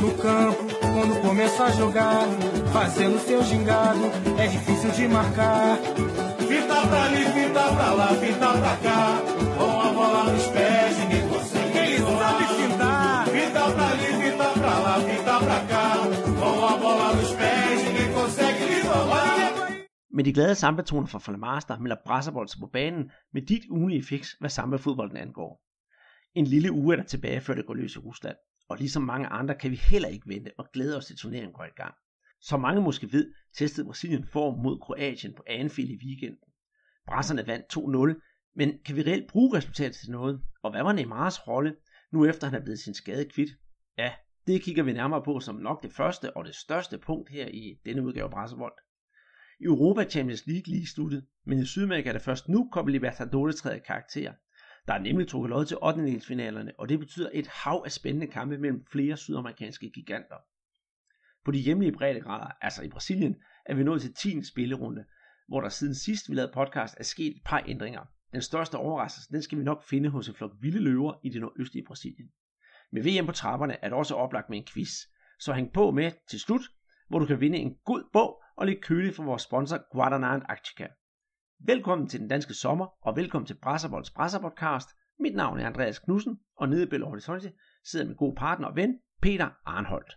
no campo, quando começa a jogar, fazendo seu gingado, é difícil de marcar. Fita pra ali, fita pra lá, fita pra cá, com a bola nos pés, ninguém consegue. Ele sabe fintar. Fita pra ali, fita pra lá, fita pra cá, com a bola nos pés, ninguém consegue lhe roubar. Med de glade samba-toner fra Flamaster melder Brasserbold sig på banen med dit ugenlige fix, hvad samba-fodbolden angår. En lille uge er der tilbage, før det går løs i Rusland, og ligesom mange andre kan vi heller ikke vente og glæde os til turneringen går i gang. Som mange måske ved, testede Brasilien form mod Kroatien på Anfield i weekenden. Brasserne vandt 2-0, men kan vi reelt bruge resultatet til noget? Og hvad var Neymars rolle, nu efter han er blevet sin skade kvit? Ja, det kigger vi nærmere på som nok det første og det største punkt her i denne udgave af Brasserbold. I Europa Champions League lige sluttet, men i Sydamerika er det først nu Copa Libertadores træder karakter. Der er nemlig trukket lod til 8. og det betyder et hav af spændende kampe mellem flere sydamerikanske giganter. På de hjemlige breddegrader, altså i Brasilien, er vi nået til 10. spillerunde, hvor der siden sidst vi lavede podcast er sket et par ændringer. Den største overraskelse, den skal vi nok finde hos en flok vilde løver i det nordøstlige Brasilien. Med VM på trapperne er det også oplagt med en quiz, så hæng på med til slut, hvor du kan vinde en god bog og lidt kølig fra vores sponsor Guaraná Antarctica. Velkommen til den danske sommer, og velkommen til Brasserbolds Brasserpodcast. Mit navn er Andreas Knudsen, og nede i Belo Horizonte sidder min gode partner og ven, Peter Arnholdt.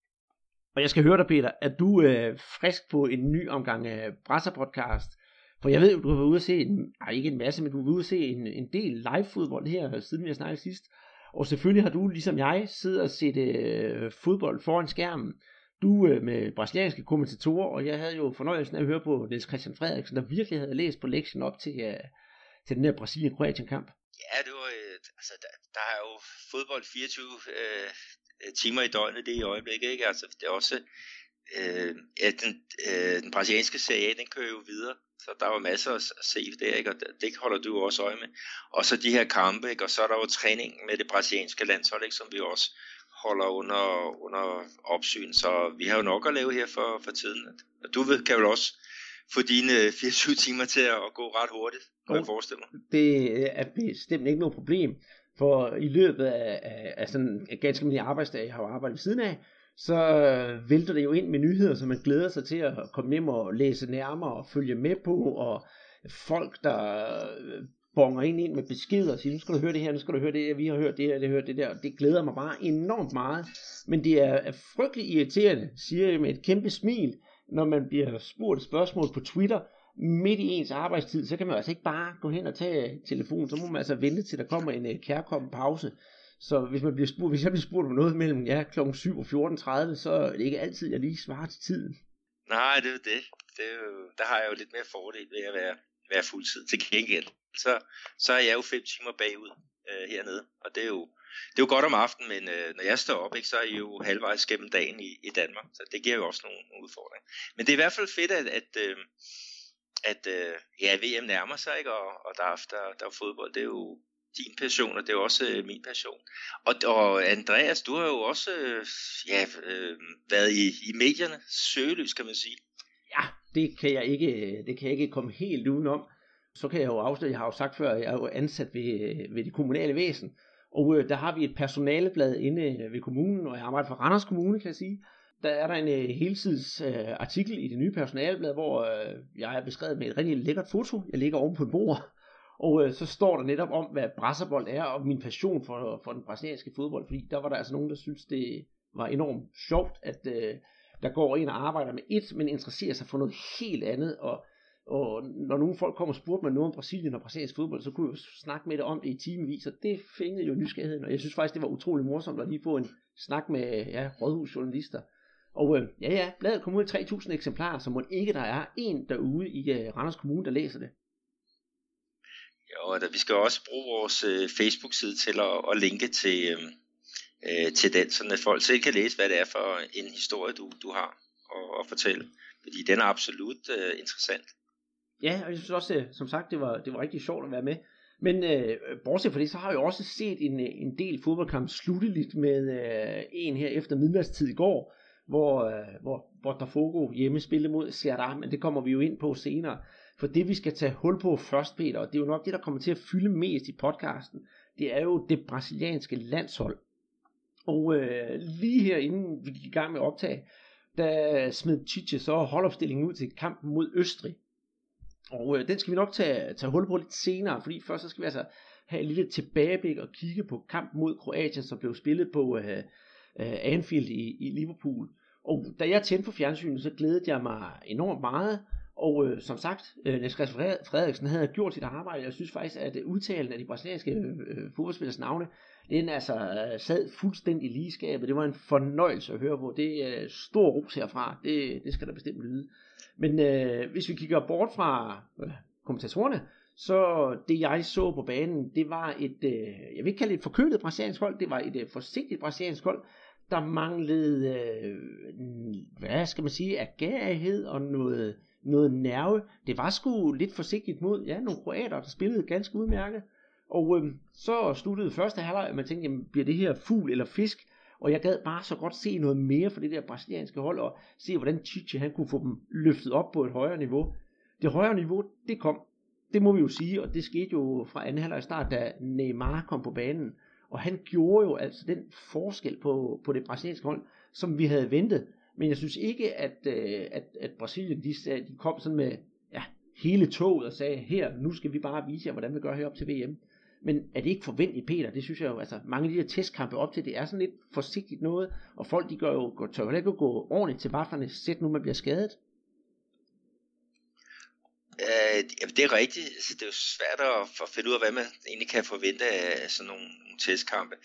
Og jeg skal høre dig, Peter, at du er frisk på en ny omgang Brasserpodcast. For jeg ved jo, du har været ude at se, ikke en masse, men du har været ude at se en del live-fodbold her, siden vi har snakket sidst. Og selvfølgelig har du, ligesom jeg, siddet og set fodbold foran skærmen. Du med brasilianske kommentatorer, og jeg havde jo fornøjelsen af at høre på Niels Christian Frederiksen, der virkelig havde læst på lektien op til den her Brasilien-Kroatien-kamp. Ja, det var, altså, der er jo fodbold 24 timer i døgnet, det i øjeblikket, ikke? Altså, det er også, den brasilianske serie, den kører jo videre, så der var masser at se der, ikke? Og det holder du jo også øje med. Og så de her kampe, ikke? Og så er der jo træningen med det brasilianske landshold, ikke? Som vi også holder under opsyn, så vi har jo nok at lave her for tiden. Og du kan vel også få dine 24 timer til at gå ret hurtigt, kan jeg forestille mig. Det er bestemt ikke noget problem, for i løbet af sådan en ganske almindelig arbejdsdag, jeg har jo arbejdet ved siden af, så vælter det jo ind med nyheder, som man glæder sig til at komme hjem og læse nærmere og følge med på, og folk, der bonger ind med beskeder og siger, nu skal du høre det her, nu skal du høre det her, vi har hørt det her, det hørt det der, og det glæder mig bare enormt meget, men det er frygtelig irriterende, siger jeg med et kæmpe smil, når man bliver spurgt spørgsmål på Twitter, midt i ens arbejdstid, så kan man altså ikke bare gå hen og tage telefonen, så må man altså vente til der kommer en kærkommen pause. Så hvis jeg bliver spurgt om noget mellem kl. 7 og 14.30, så er det ikke altid, jeg lige svarer til tiden. Nej, det er det. Der har jeg jo lidt mere fordel ved at være fuldtid til gengæld. Så er jeg jo 5 timer bagud hernede, og det er jo godt om aftenen, men når jeg står op, ikke, så er jeg jo halvvejs gennem dagen i Danmark, så det giver jo også nogle udfordringer. Men det er i hvert fald fedt, at VM nærmer sig, ikke, og der er fodbold, det er jo din passion, og det er jo også min passion. Og Andreas, du har jo også været i medierne, søgelys, kan man sige. Ja, det kan jeg ikke komme helt udenom. Så kan jeg jo afsløre, jeg har jo sagt før, jeg er jo ansat ved det kommunale væsen, og der har vi et personaleblad inde ved kommunen, og jeg arbejder for Randers Kommune, kan jeg sige. Der er der en helsides artikel i det nye personaleblad, hvor jeg er beskrevet med et rigtig lækkert foto. Jeg ligger oven på et bord, og så står der netop om, hvad brasserbold er, og min passion for den brasilianske fodbold, fordi der var der altså nogen, der synes det var enormt sjovt, at der går en og arbejder med men interesserer sig for noget helt andet, og når nogle folk kommer og spurgte mig noget om Brasilien og brasiliansk fodbold, så kunne jeg jo snakke med det om det i timevis, og det fængede jo nysgerrigheden, og jeg synes faktisk, det var utrolig morsomt at lige få en snak med rådhusjournalister. Og bladet kom ud i 3.000 eksemplarer, så må ikke der er en derude i Randers Kommune, der læser det. Jo, og vi skal også bruge vores Facebook-side til at linke til den, så at folk selv kan læse, hvad det er for en historie, du har at fortælle. Fordi den er absolut interessant. Ja, og jeg synes også, som sagt, det var rigtig sjovt at være med. Men bortset fra det, så har jeg jo også set en del fodboldkamp slutteligt med en her efter midnatstid i går, hvor Botafogo hjemme spillede mod Ceará, men det kommer vi jo ind på senere. For det vi skal tage hul på først, Peter, og det er jo nok det, der kommer til at fylde mest i podcasten, det er jo det brasilianske landshold. Og lige her inden vi gik i gang med optag, der smed Tite så holdopstillingen ud til kampen mod Østrig. Og den skal vi nok tage hul på lidt senere, fordi først så skal vi altså have et lille tilbageblik og kigge på kampen mod Kroatien, som blev spillet på Anfield i Liverpool. Og da jeg tændte for fjernsynet, så glædede jeg mig enormt meget. Og som sagt, Niels Christian Frederiksen havde gjort sit arbejde. Jeg synes faktisk, at udtalen af de brasilianske fodboldspillers navne, den altså sad fuldstændig lige i skabet. Det var en fornøjelse at høre på. Det er stor ros herfra. Det skal der bestemt lyde. Men hvis vi kigger bort fra kommentatorerne, så det jeg så på banen, det var jeg vil ikke kalde det et forkølet brasiliansk hold, det var et forsigtigt brasiliansk hold, der manglede, hvad skal man sige, agerighed og noget nerve. Det var sgu lidt forsigtigt mod nogle kroater, der spillede ganske udmærket. Og så sluttede første halvleg, og man tænkte, jamen, bliver det her fugl eller fisk? Og jeg gad bare så godt se noget mere for det der brasilianske hold, og se hvordan Tite han kunne få dem løftet op på et højere niveau. Det højere niveau, det kom. Det må vi jo sige, og det skete jo fra anden halvleg start, da Neymar kom på banen. Og han gjorde jo altså den forskel på det brasilianske hold, som vi havde ventet. Men jeg synes ikke, at Brasilien de kom sådan med hele toget og sagde, her, nu skal vi bare vise jer, hvordan vi gør herop til VM. Men er det ikke forventeligt, Peter? Det synes jeg jo, altså mange af de her testkampe op til, det er sådan lidt forsigtigt noget, og folk de tør jo ikke gå ordentligt til vaflerne, sæt nu man bliver skadet. Det er rigtigt. Det er jo svært at finde ud af, hvad man egentlig kan forvente af sådan nogle testkampe.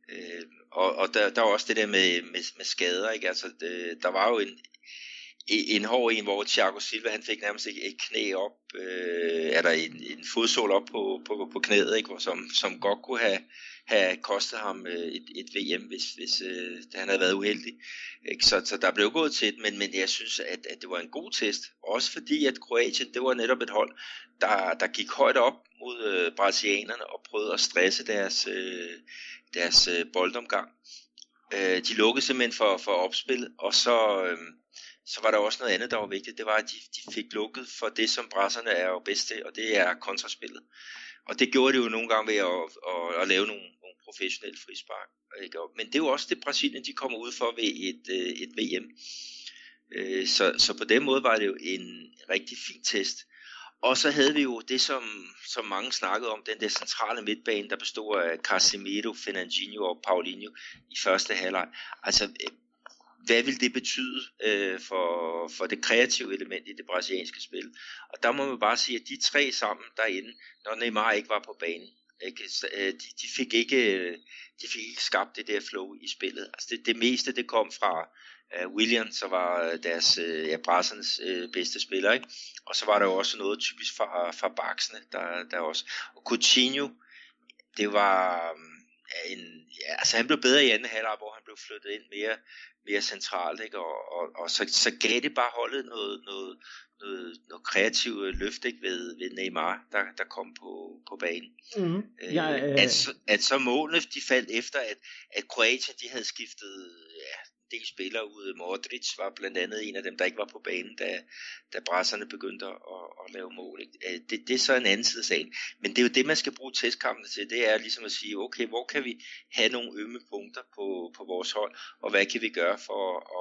Og der er også det der med skader, ikke? Altså, der var jo en hård en, hvor Thiago Silva han fik nærmest et knæ op, en fodsål op på knæet, ikke? Som godt kunne have kostet ham et VM, hvis han havde været uheldig. Ikke? Så der blev gået til det, men jeg synes, at det var en god test. Også fordi, at Kroatien, det var netop et hold, der gik højt op mod brasilianerne og prøvede at stresse deres boldomgang. De lukkede simpelthen for opspil, og så var der også noget andet, der var vigtigt. Det var, at de fik lukket for det, som brasserne er jo bedst til, og det er kontraspillet. Og det gjorde de jo nogle gange ved at lave nogle professionelle frispark. Ikke? Men det er jo også det, Brasilien de kommer ud for ved et VM. Så på den måde var det jo en rigtig fin test. Og så havde vi jo det, som mange snakkede om, den der centrale midtbane, der bestod af Casemiro, Fernandinho og Paulinho i første halvleg. Altså, hvad vil det betyde for det kreative element i det brasilianske spil? Og der må man bare sige, at de tre sammen derinde, når Neymar ikke var på banen, de fik ikke skabt det der flow i spillet. Altså det meste det kom fra Willian, så var deres brassernes bedste spiller, ikke? Og så var der jo også noget typisk fra baksene, der også. Og Coutinho, det var altså han blev bedre i anden halvleg, hvor han blev flyttet ind mere centralt, ikke? Og så gav det bare holdet noget kreativt løft, ikke? ved Neymar, der kom på banen. Mm-hmm. At så målene de faldt efter, at Kroatien de havde skiftet en del spillere ud. Modric var blandt andet en af dem, der ikke var på banen, da brasserne begyndte at lave mål. Ikke? Det er så en anden side af sagen. Men det er jo det, man skal bruge testkampene til. Det er ligesom at sige, okay, hvor kan vi have nogle ømme punkter på vores hold, og hvad kan vi gøre for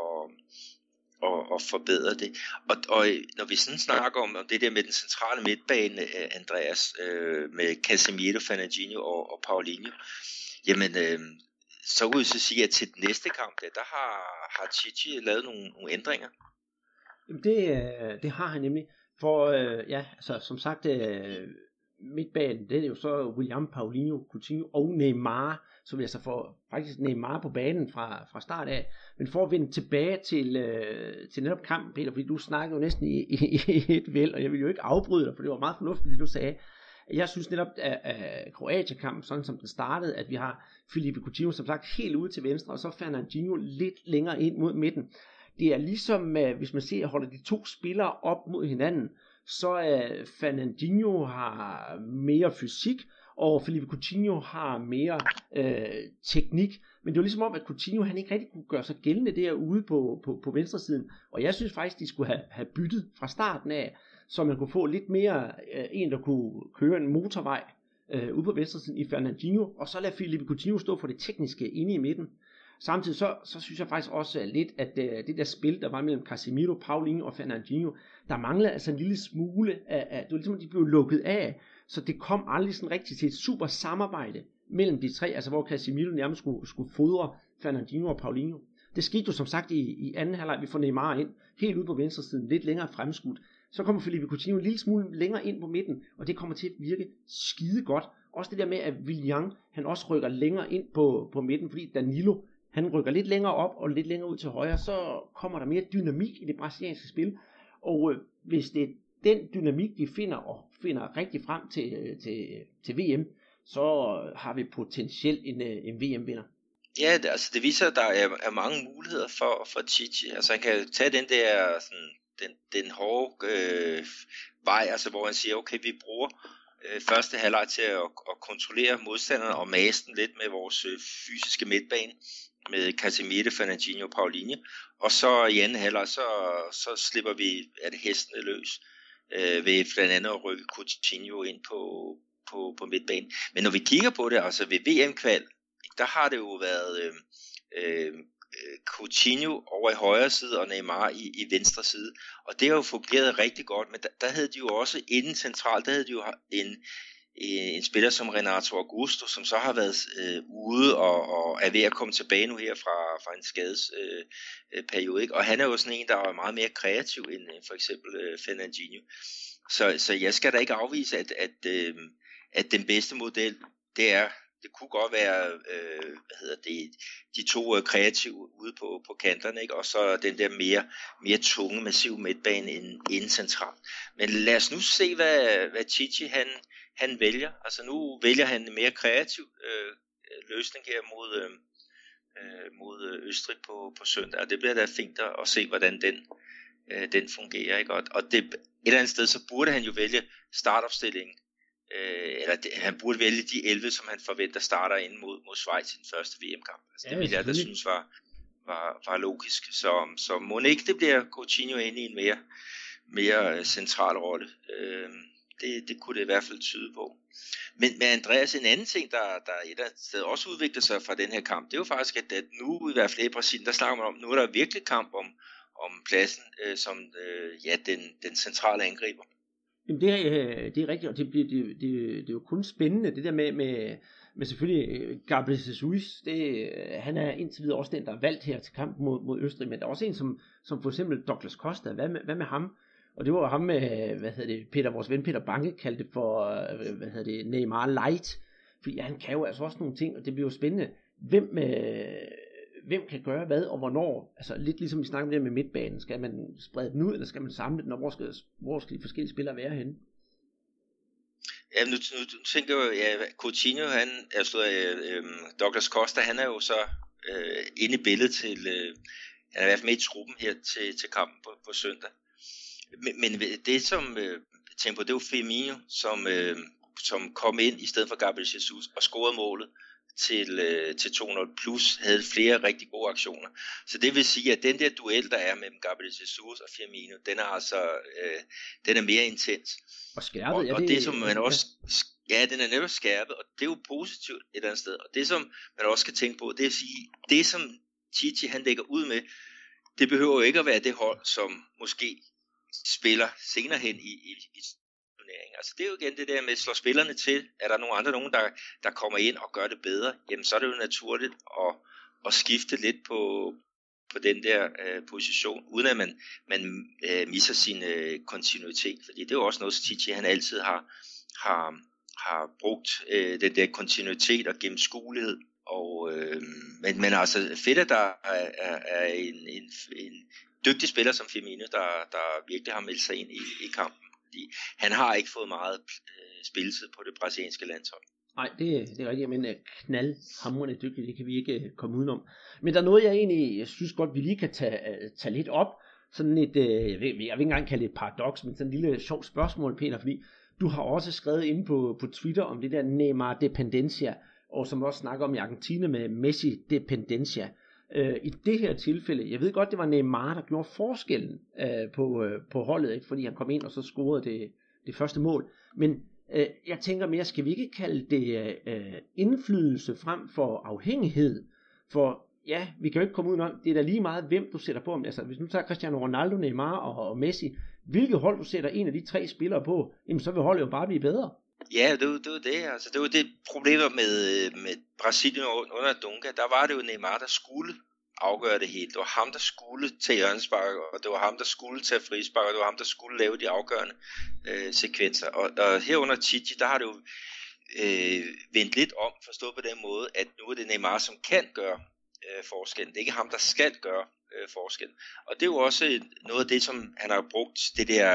at forbedre det. Og når vi sådan snakker om det der med den centrale midtbane, Andreas, med Casemiro, Fernandinho og Paulinho, jamen så kunne jeg så sige, at til den næste kamp, der har Tite lavet nogle ændringer. Jamen det har han nemlig. For altså som sagt, midtbanen, det er jo så Willian, Paulinho, Coutinho og Neymar, så vi altså får faktisk Neymar på banen fra start af. Men for at vende tilbage til netop kampen, Peter, fordi du snakkede jo næsten i et væld, og jeg vil jo ikke afbryde dig, for det var meget fornuftigt, det du sagde. Jeg synes netop, at Kroatien-kampen, sådan som den startede, at vi har Filipe Coutinho, som sagt, helt ude til venstre, og så Fernandinho lidt længere ind mod midten. Det er ligesom, hvis man ser, holder de to spillere op mod hinanden, så Fernandinho har mere fysik, og Filipe Coutinho har mere teknik. Men det var ligesom om, at Coutinho han ikke rigtig kunne gøre sig gældende derude på venstresiden. Og jeg synes faktisk, de skulle have byttet fra starten af, så man kunne få lidt mere en, der kunne køre en motorvej ude på venstresiden i Fernandinho, og så lade Filipe Coutinho stå for det tekniske inde i midten. Samtidig så synes jeg faktisk også lidt, at det der spil, der var mellem Casemiro, Paulinho og Fernandinho, der manglede altså en lille smule af det var ligesom, de blev lukket af, så det kom aldrig sådan rigtigt til et super samarbejde mellem de tre, altså hvor Casemiro nærmest skulle fodre Fernandinho og Paulinho. Det skete jo som sagt i anden halvleg, vi får Neymar ind, helt ude på venstre siden, lidt længere fremskudt. Så kommer Felipe Coutinho en lille smule længere ind på midten, og det kommer til at virke skide godt. Også det der med, at Willian, han også rykker længere ind på midten, fordi Danilo, han rykker lidt længere op og lidt længere ud til højre, så kommer der mere dynamik i det brasilianske spil. Og hvis det er den dynamik, de finder rigtig frem til VM, så har vi potentielt en VM-vinder. Ja, det viser, at der er mange muligheder for Tite. Altså han kan tage den der sådan, den hårde vej, altså hvor han siger, okay, vi bruger første halvleg til at kontrollere modstanderne og mase den lidt med vores fysiske midtbane med Casemiro, Fernandinho og Paulinho. Og så i anden halvleg, så slipper vi hestene løs ved blandt andet at rykke Coutinho ind på midtbanen. Men når vi kigger på det, altså ved VM-kval, der har det jo været Coutinho over i højre side og Neymar i venstre side. Og det har jo fungeret rigtig godt, men der havde de jo også inden centralt, der havde de jo en spiller som Renato Augusto, som så har været ude og er ved at komme tilbage nu her fra en skadesperiode. Ikke? Og han er jo sådan en, der er meget mere kreativ end for eksempel Fernandinho. Så jeg skal da ikke afvise, at den bedste model, det kunne godt være de to kreative ude på kanterne, ikke? Og så den der mere tunge, massive midtbane inden centralt. Men lad os nu se, hvad Tite han vælger. Altså nu vælger han en mere kreativ løsning her mod Østrig på søndag, og det bliver da fint at se, hvordan den fungerer. Ikke? Og det, et eller andet sted, så burde han jo vælge startopstillingen. Han burde vælge de 11, som han forventer starter ind mod Schweiz i den første VM-kamp. Altså, det ville jeg da synes var logisk. Så må ikke det bliver Coutinho inde i en mere central rolle. Det kunne det i hvert fald tyde på. Men Andreas, en anden ting, der et eller andet sted også udvikler sig fra den her kamp, det er jo faktisk, at nu i hvert fald i Brasilien, der snakker man om, nu er der virkelig kamp om pladsen som den centrale angriber. Jamen det er rigtigt, og det er jo kun spændende, det der med selvfølgelig Gabriel Jesus, han er indtil videre også den, der er valgt her til kamp mod Østrig, men der er også en som for eksempel Douglas Costa, hvad med ham? Og det var ham med, vores ven Peter Banke kaldte for, Neymar Light, fordi han kan jo altså også nogle ting, og det bliver jo spændende, hvem kan gøre hvad og hvornår, altså lidt ligesom vi snakker om det med midtbanen, skal man sprede den ud, eller skal man samle den, og hvor skal de forskellige spillere være henne? Ja, nu tænker jeg, Coutinho, Douglas Costa, han er jo så inde i billedet til, han er i hvert fald med i truppen her til kampen på søndag. Men det som tænker på, det er jo Firmino, som kom ind i stedet for Gabriel Jesus og scorede målet til 2-0 plus, havde flere rigtig gode aktioner. Så det vil sige, at den der duel, der er mellem Gabriel Jesus og Firmino, den er altså den er mere intens. Og skærpet, og det som man også, den er netop skærpet, og det er jo positivt et eller andet sted. Og det som man også skal tænke på, det er at sige, det som Tite han lægger ud med, det behøver jo ikke at være det hold, som måske spiller senere hen i turneringen. Altså det er jo igen det der med at slå spillerne til. Er der nogen, der kommer ind og gør det bedre, jamen så er det jo naturligt at skifte lidt på den der position, uden at man misser sin kontinuitet. Fordi det er jo også noget, Tite han altid har brugt, den der kontinuitet og gennemskuelighed. Men altså fedt, at der er en dygtig spiller som Firmino, der virkelig har meldt sig ind i kampen. Fordi han har ikke fået meget spilletid på det brasilianske landshold. Nej, det er rigtigt, men knaldhamrende dygtig, det kan vi ikke komme udenom. Men der er noget, jeg synes godt, vi lige kan tage lidt op. Sådan et, jeg vil ikke engang kalde det et paradoks, men sådan en lille sjovt spørgsmål, Peter, fordi du har også skrevet inde på Twitter om det der Neymar dependencia, og som også snakker om i Argentina med Messi dependencia. I det her tilfælde, jeg ved godt, det var Neymar, der gjorde forskellen på holdet, ikke? Fordi han kom ind og så scorede det første mål. Men jeg tænker mere, skal vi ikke kalde det indflydelse frem for afhængighed? For ja, vi kan jo ikke komme ud om, det er da lige meget, hvem du sætter på. Altså, hvis du tager Cristiano Ronaldo, Neymar og Messi, hvilket hold du sætter en af de 3 spillere på, jamen så vil holdet jo bare blive bedre. Ja, det var det. Altså, det var det problemer med Brasilien under Dunga. Der var det jo Neymar, der skulle afgøre det hele. Det var ham, der skulle tage hjørnespark, og det var ham, der skulle tage frispark, og det var ham, der skulle lave de afgørende sekvenser. Og herunder Tite, der har det jo vendt lidt om, forstået på den måde, at nu er det Neymar, som kan gøre forskellen. Det er ikke ham, der skal gøre forskellen. Og det er jo også noget af det, som han har brugt det der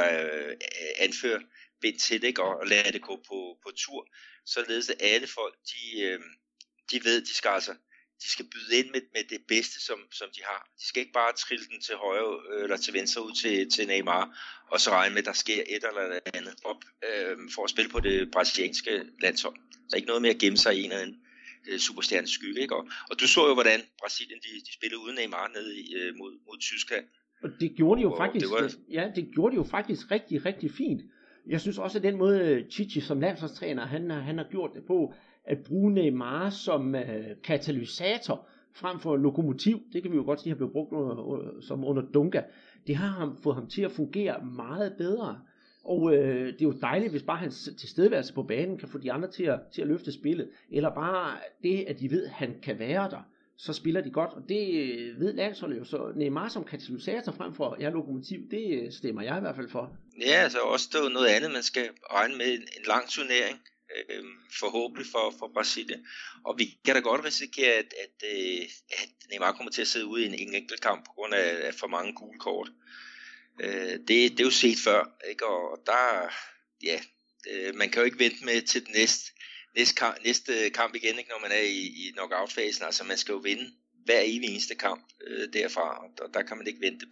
anførbind til, ikke? Og lade det gå på tur, således at alle folk, de ved, de skal byde ind med det bedste, som de har. De skal ikke bare trille den til højre eller til venstre ud til Neymar, og så regne med, at der sker et eller andet op for at spille på det brasilianske landshold. Så ikke noget med at gemme sig i en eller anden superstjernes skygge. Ikke? Og du så jo, hvordan Brasilien de spillede uden Neymar nede mod Tyskland. Og det gjorde de jo faktisk, det gjorde de jo faktisk rigtig, rigtig fint. Jeg synes også, at den måde Tite som landsholdstræner, han har gjort det på, at bruge Neymar som katalysator frem for lokomotiv, det kan vi jo godt sige, har blevet brugt som under Dunga. Det har fået ham til at fungere meget bedre. Og det er jo dejligt, hvis bare hans tilstedeværelse på banen kan få de andre til at løfte spillet. Eller bare det, at de ved, at han kan være der, så spiller de godt. Og det ved landsholdet jo. Så Neymar som katalysator frem for lokomotiv, det stemmer jeg i hvert fald for. Ja, altså også det er noget andet, man skal regne med en lang turnering. Forhåbentlig for Brasilien. Og vi kan da godt risikere, at Neymar kommer til at sidde ude i en enkelt kamp på grund af for mange gule kort. Det er jo set før, ikke? Og der, ja, man kan jo ikke vente med til den næste kamp igen, ikke? Når man er i knockout-fasen. Altså man skal jo vinde hver eneste kamp derfra, og der kan man ikke vente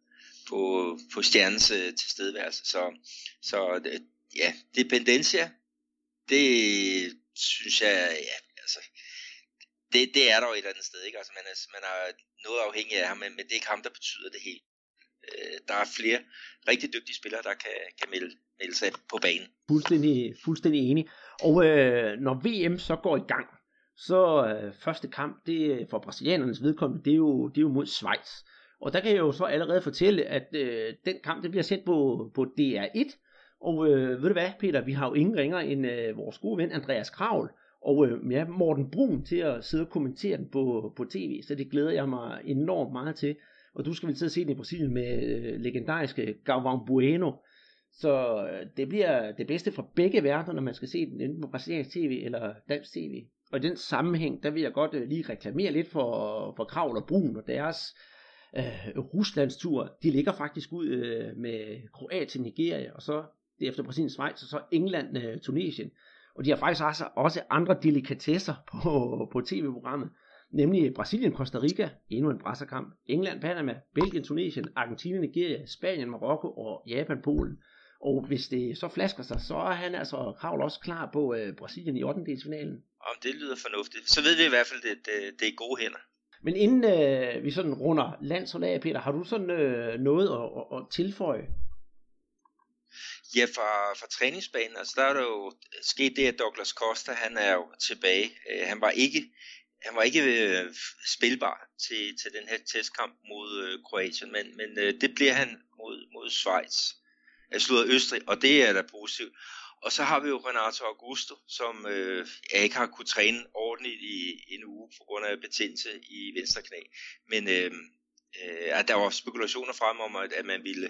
på stjernens tilstedeværelse. Så ja, dependencia, det synes jeg, ja, altså, det er der jo et eller andet sted, ikke? Altså man er noget afhængig af ham, men det er ikke ham, der betyder det hele. Der er flere rigtig dygtige spillere, der kan melde sig på banen. Fuldstændig enig. Og når VM så går i gang, så første kamp, det for brasilianernes vedkommende, det er jo mod Schweiz. Og der kan jeg jo så allerede fortælle, at den kamp, det bliver sendt på DR1. Og ved du hvad, Peter, vi har jo ingen ringer end vores gode ven Andreas Kravl og Morten Brun til at sidde og kommentere den på tv, så det glæder jeg mig enormt meget til. Og du skal vel sidde og se den i Brasilien med legendariske Galvão Bueno. Så det bliver det bedste fra begge verdener, når man skal se den enten på brasiliansk tv eller dansk tv. Og i den sammenhæng, der vil jeg godt lige reklamere lidt for Kravl og Brun og deres Ruslandstur. De ligger faktisk ud med Kroatien, Nigeria, og så det efter Brasilien, Schweiz, og så England, Tunesien. Og de har faktisk også andre delikatesser på tv-programmet. Nemlig Brasilien, Costa Rica, endnu en brasserkamp, England, Panama, Belgien, Tunesien, Argentina, Nigeria, Spanien, Marokko og Japan, Polen. Og hvis det så flasker sig, så er han altså Kravl også klar på Brasilien i 8-delsfinalen. Om det lyder fornuftigt. Så ved vi i hvert fald, at det er gode hænder. Men inden vi sådan runder landshold af, Peter, har du sådan noget at tilføje? Ja, fra træningsbanen, altså der er der jo sket det, at Douglas Costa, han er jo tilbage. Han var ikke spilbar til den her testkamp mod Kroatien, men det bliver han mod Schweiz. Slutter Østrig, og det er da positivt. Og så har vi jo Renato Augusto, som ikke har kunnet træne ordentligt i en uge på grund af betændelse i venstre knæ. Men der var spekulationer frem om, at man ville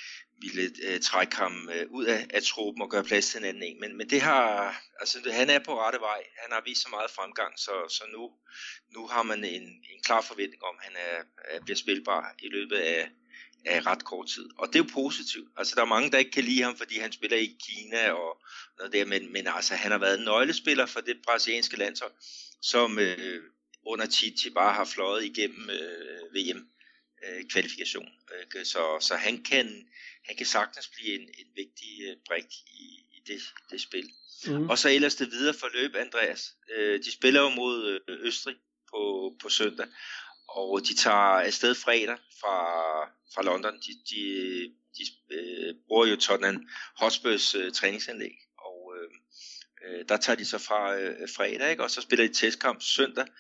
trække ham ud af truppen og gøre plads til en anden en. Men det har, altså han er på rette vej. Han har vist så meget fremgang, så nu har man en klar forventning om, at han bliver spilbar i løbet af ret kort tid. Og det er jo positivt. Altså der er mange, der ikke kan lide ham, fordi han spiller i Kina og noget der, men altså han har været en nøglespiller for det brasilianske landshold, som under Tite bare har fløjet igennem VM kvalifikation. Så han kan sagtens blive en vigtig brik i det spil. Mm. Og så ellers det videre forløb, Andreas. De spiller jo mod Østrig på søndag, og de tager afsted fredag fra London. De bruger jo Tottenham Hotspurs træningsanlæg, og der tager de så fra fredag, ikke? Og så spiller de testkamp søndag,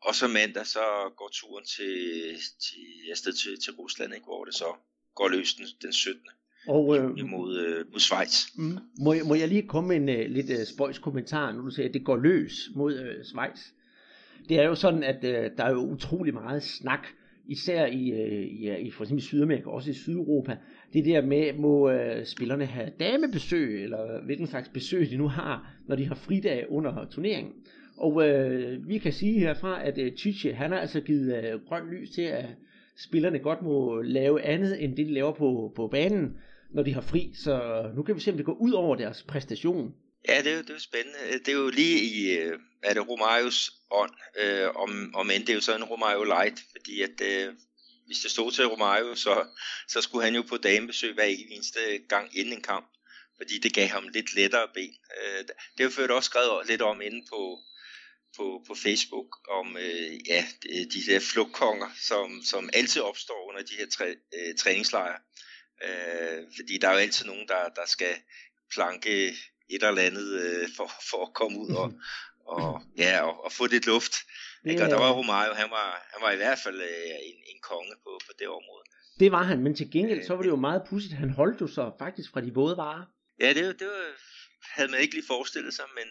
Og så mandag, så går turen afsted til Rusland, ikke? Hvor det så går løs den 17. Og, mod Schweiz. Må jeg lige komme med en lidt spøjs kommentar, når du siger, at det går løs mod Schweiz? Det er jo sådan, at der er jo utrolig meget snak, især i for eksempel Sydamerika, også i Sydeuropa. Det der med, må spillerne have damebesøg, eller hvilken slags besøg de nu har, når de har fridag under turneringen. Og vi kan sige herfra, at Tite, han har altså givet grønt lys til, at spillerne godt må lave andet, end det de laver på banen, når de har fri. Så nu kan vi se, om det går ud over deres præstation. Ja, det er jo spændende. Det er jo lige i Romarios ånd, om end det er jo sådan en Romario light, fordi at hvis det stod til Romario, så skulle han jo på damebesøg hver eneste gang inden en kamp, fordi det gav ham lidt lettere ben. Det er jo ført også skrevet lidt om inde på Facebook, om de der flugtkonger, som altid opstår under de her træningslejre. Fordi der er jo altid nogen, der skal planke et eller andet for at komme ud og få lidt luft. Og der var Romario, han var i hvert fald en konge på det område. Det var han, men til gengæld så var det jo meget pudsigt. Han holdt jo så faktisk fra de våde varer. Ja, det havde man ikke lige forestillet sig, men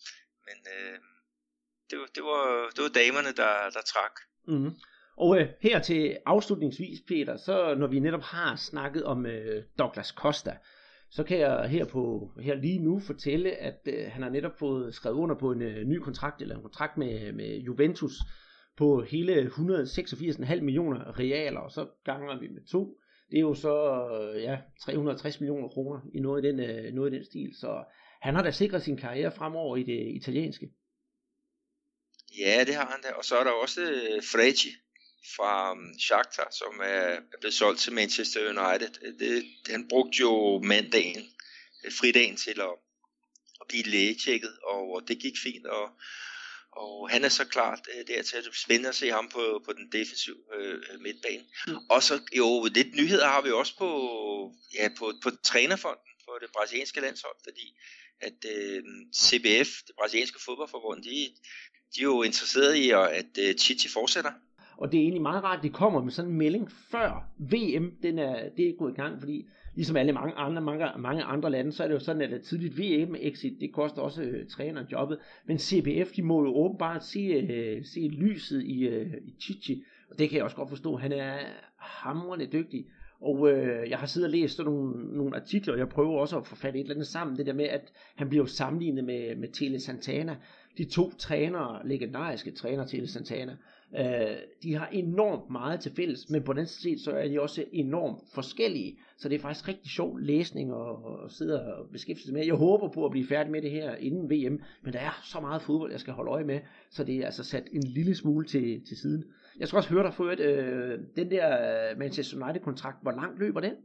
det var damerne, der trak. Mm-hmm. Og her til afslutningsvis, Peter, så når vi netop har snakket om Douglas Costa, så kan jeg her lige nu fortælle, at han har netop fået skrevet under på en ny kontrakt, eller en kontrakt med Juventus på hele 186,5 millioner realer, og så ganger vi med 2. Det er jo så 360 millioner kroner i noget i den stil, så han har da sikret sin karriere fremover i det italienske. Ja, det har han da, og så er der også Fregi fra Shakhtar, som er blevet solgt til Manchester United. Han brugte jo fridagen til at blive lægetjekket, og det gik fint, og han er så klart dertil, at det er spændende at se ham på den defensive midtbane. Og så jo, lidt nyheder har vi også på trænerfonden på det brasilianske landshold, fordi at CBF, det brasilianske fodboldforbund, de er jo interesserede i, at Tite fortsætter. Og det er egentlig meget rart, at de kommer med sådan en melding før VM, det er gået i gang, fordi ligesom alle mange andre lande, så er det jo sådan, at et tidligt VM-exit, det koster også træneren jobbet. Men CBF, de må jo åbenbart se lyset i Tite, og det kan jeg også godt forstå. Han er hamrende dygtig. Og jeg har siddet og læst sådan nogle artikler, og jeg prøver også at få fat i et eller andet sammen. Det der med, at han bliver sammenlignet med Tele Santana. De 2 trænere, legendariske trænere Tele Santana, de har enormt meget til fælles, men på den set så er de også enormt forskellige. Så det er faktisk rigtig sjov læsning at sidde og beskæftige sig med. Jeg håber på at blive færdig med det her inden VM, men der er så meget fodbold, jeg skal holde øje med, så det er altså sat en lille smule til siden. Jeg skal også høre dig for den der Manchester United-kontrakt, hvor langt løber den?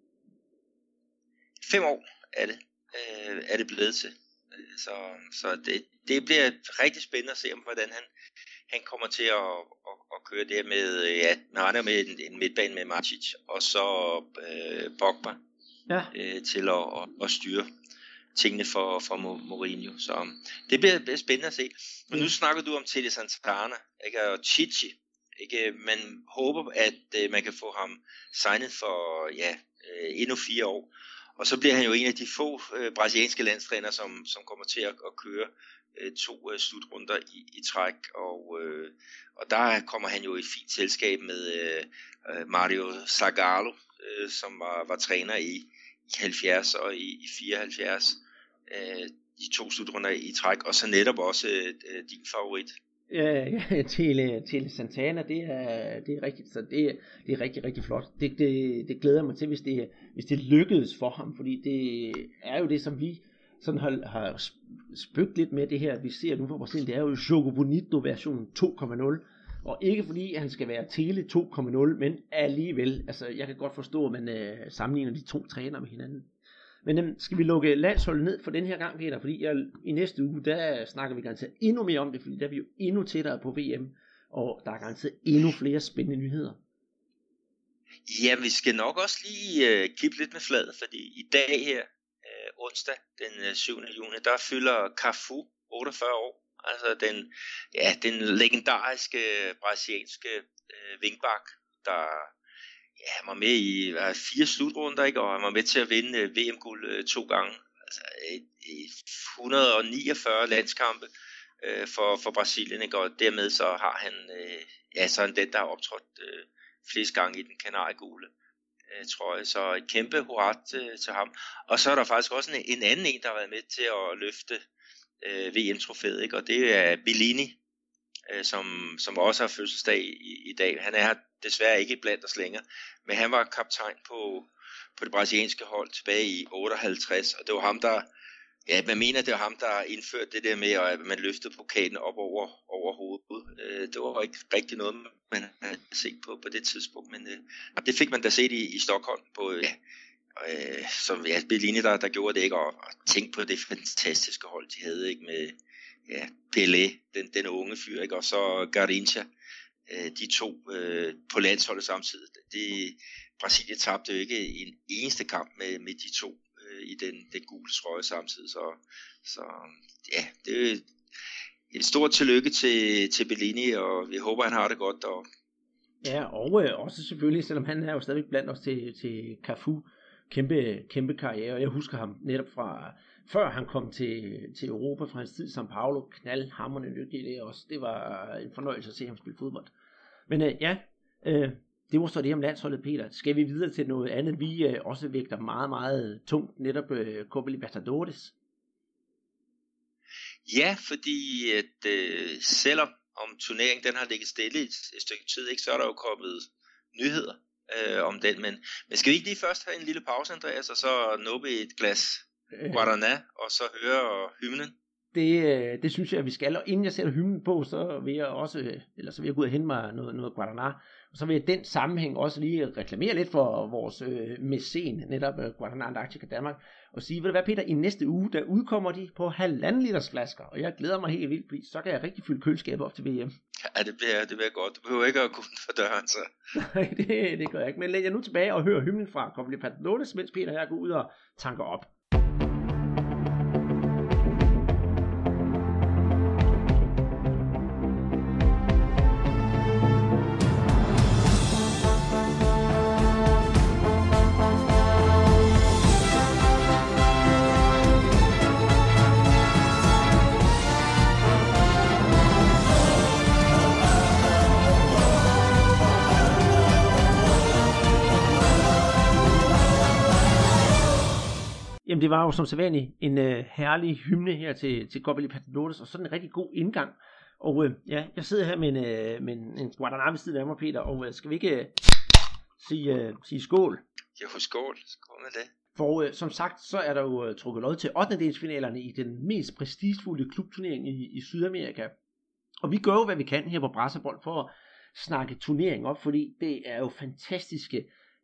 5 år er det blevet til. Så det bliver rigtig spændende at se, hvordan han kommer til at køre det med, han er med en midtbane med Matic, og så Pogba til at styre tingene for Mourinho. Så det bliver spændende at se. Men nu snakker du om Tele Santana, ikke, og Tite. Ikke? Man håber, at man kan få ham signet for endnu 4 år. Og så bliver han jo en af de få brasilianske landstrænere, som kommer til at køre 2 slutrunder i træk. Og der kommer han jo i fint selskab med Mario Zagallo, som var træner i 70 og i 74. De 2 slutrunder i træk, og så netop også din favorit. Ja, Tele Santana, det er rigtigt, så det er rigtig, rigtig flot. Det glæder mig til, hvis det lykkedes for ham, fordi det er jo det, som vi sådan har spøgt lidt med det her, vi ser nu for Brasilien, det er jo Jogo Bonito version 2.0, og ikke fordi han skal være Tele 2.0, men alligevel, altså jeg kan godt forstå, at man sammenligner de 2 trænere med hinanden. Men skal vi lukke landsholdet ned for den her gang, Peter? Fordi i næste uge, der snakker vi garanteret endnu mere om det, fordi der er vi jo endnu tættere på VM, og der er garanteret endnu flere spændende nyheder. Ja, vi skal nok også lige kippe lidt med fladet, fordi i dag her, onsdag den 7. juni, der fylder Cafu 48 år. Altså den legendariske brasilianske vingbak, der var med i 4 slutrunder, ikke? Og han var med til at vinde VM-guld 2 gange. Altså 149 landskampe for Brasilien, ikke? Og dermed så har han så han den, der har optrådt flest gange i den kanariegule trøje. Så et kæmpe hurra til ham. Og så er der faktisk også en anden der har været med til at løfte VM-trofæet, ikke? Og det er Bellini, som også har fødselsdag i dag. Han er desværre ikke blandt os længere, men han var kaptajn på det brasilianske hold tilbage i 58, og det var ham, der man mener, det var ham, der indførte det der med, at man løftede pokalen op over hovedet. Det var ikke rigtig noget, man havde set på det tidspunkt, men det fik man da set i Stockholm på, som Bellini, der gjorde det, ikke? Og tænk på det fantastiske hold, de havde, ikke? Med Pelé, den unge fyr, ikke? Og så Garrincha, de to på landsholdet samtidig. Brasilien tabte jo ikke en eneste kamp med de to i den gule trøje samtidig. Så det er et stort tillykke til Bellini, og vi håber, han har det godt. Ja, og også selvfølgelig, selvom han er jo stadig blandt os til Cafu, kæmpe karriere, og jeg husker ham netop fra før han kom til Europa fra hans tid i São Paulo, knaldhamrende lykkelig det også. Det var en fornøjelse at se ham spille fodbold. Men det var så det om landsholdet, Peter. Skal vi videre til noget andet, vi også vægter meget, meget tungt, netop Copa Libertadores? Ja, fordi at selvom turneringen den har ligget stille et stykke tid, ikke, så er der jo kommet nyheder om den. Men skal vi ikke lige først have en lille pause, Andreas, og så nuppe et glas Guaraná, og så høre hymnen? Det synes jeg, at vi skal. Og inden jeg sætter hymnen på, så vil jeg gå ud og hente mig noget Guaraná. Og så vil jeg i den sammenhæng også lige reklamere lidt for vores mæcen, netop Guaraná Antarctica Danmark, og sige, ved du hvad, Peter, i næste uge, der udkommer de på 1,5 liters flasker, og jeg glæder mig helt vildt, fordi så kan jeg rigtig fylde køleskabet op til VM. Ja, det bliver godt. Du behøver ikke at gå for døren, så. Nej, det gør jeg ikke. Men læg jer nu tilbage og hør hymnen fra Copa Libertadores, mens Peter og jeg går ud og tanker op. Jamen det var jo som sædvanligt en herlig hymne her til Copa Libertadores, og sådan en rigtig god indgang. Og jeg sidder her med en Guaraná ved siden af mig, Peter, og skal vi ikke sige skål? Jo, skål. Skål med det. For som sagt, så er der jo trukket lod til 8. finalerne i den mest prestigefulde klubturnering i Sydamerika. Og vi gør jo, hvad vi kan her på Brasserbold for at snakke turneringen op, fordi det er jo fantastiske.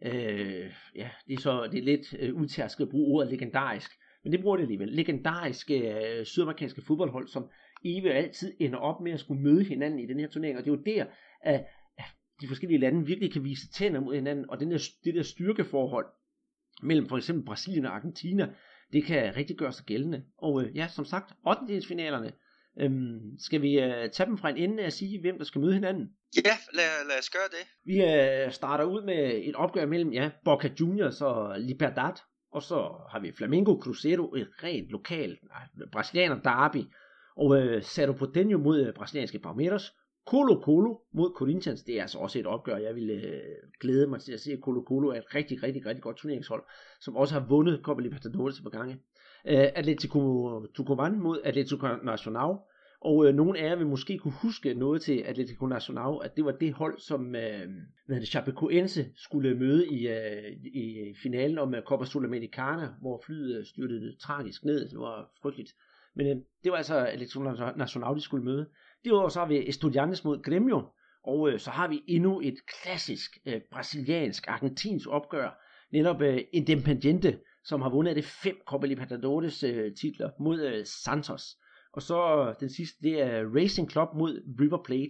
Det er lidt udtærsket at bruge ordet legendarisk, men det bruger det alligevel. Legendariske sydamerikanske fodboldhold, som evigt altid ender op med at skulle møde hinanden i den her turnering, og det er jo der, at de forskellige lande virkelig kan vise tænder mod hinanden, og det der styrkeforhold mellem for eksempel Brasilien og Argentina, det kan rigtig gøre sig gældende. Og som sagt, 8. finalerne. Skal vi tage dem fra en ende af at sige, hvem der skal møde hinanden? Ja, lad os gøre det. Vi starter ud med et opgør mellem Boca Juniors og Libertad, og så har vi Flamengo Cruzeiro, et rent lokalt brasilianer derby, og Cerro Porteño mod brasilianske Palmeiras, Colo-Colo mod Corinthians. Det er altså også et opgør, jeg ville glæde mig til at se. Colo-Colo er et rigtig, rigtig, rigtig godt turneringshold, som også har vundet Copa Libertadores på gange. Atlético Tucumán mod Atlético Nacional, og nogle af jer vil måske kunne huske noget til Atlético Nacional, at det var det hold, som Chapecoense skulle møde i finalen om Copa Sudamericana, hvor flyet styrtede tragisk ned. Det var frygteligt. Men det var altså Atlético Nacional, de skulle møde. Derudover så har vi Estudiantes mod Grêmio, og så har vi endnu et klassisk brasiliansk, argentinsk opgør, netop Independiente, som har vundet af det 5 Copa Libertadores titler mod Santos. Og så den sidste, det er Racing Club mod River Plate.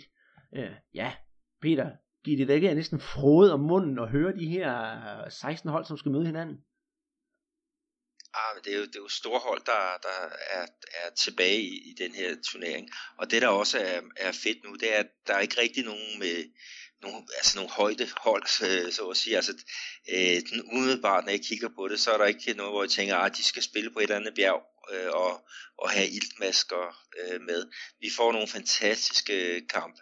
Peter, giver det da ikke næsten frode om munden og høre de her 16 hold, som skal møde hinanden? Men det er jo store hold, der er tilbage i den her turnering. Og det der også er fedt nu, det er, at der er ikke rigtig nogen med nogle højde hold, så at sige. Altså, umiddelbart, når jeg kigger på det, så er der ikke noget, hvor jeg tænker, at de skal spille på et eller andet bjerg og have iltmasker med. Vi får nogle fantastiske kampe.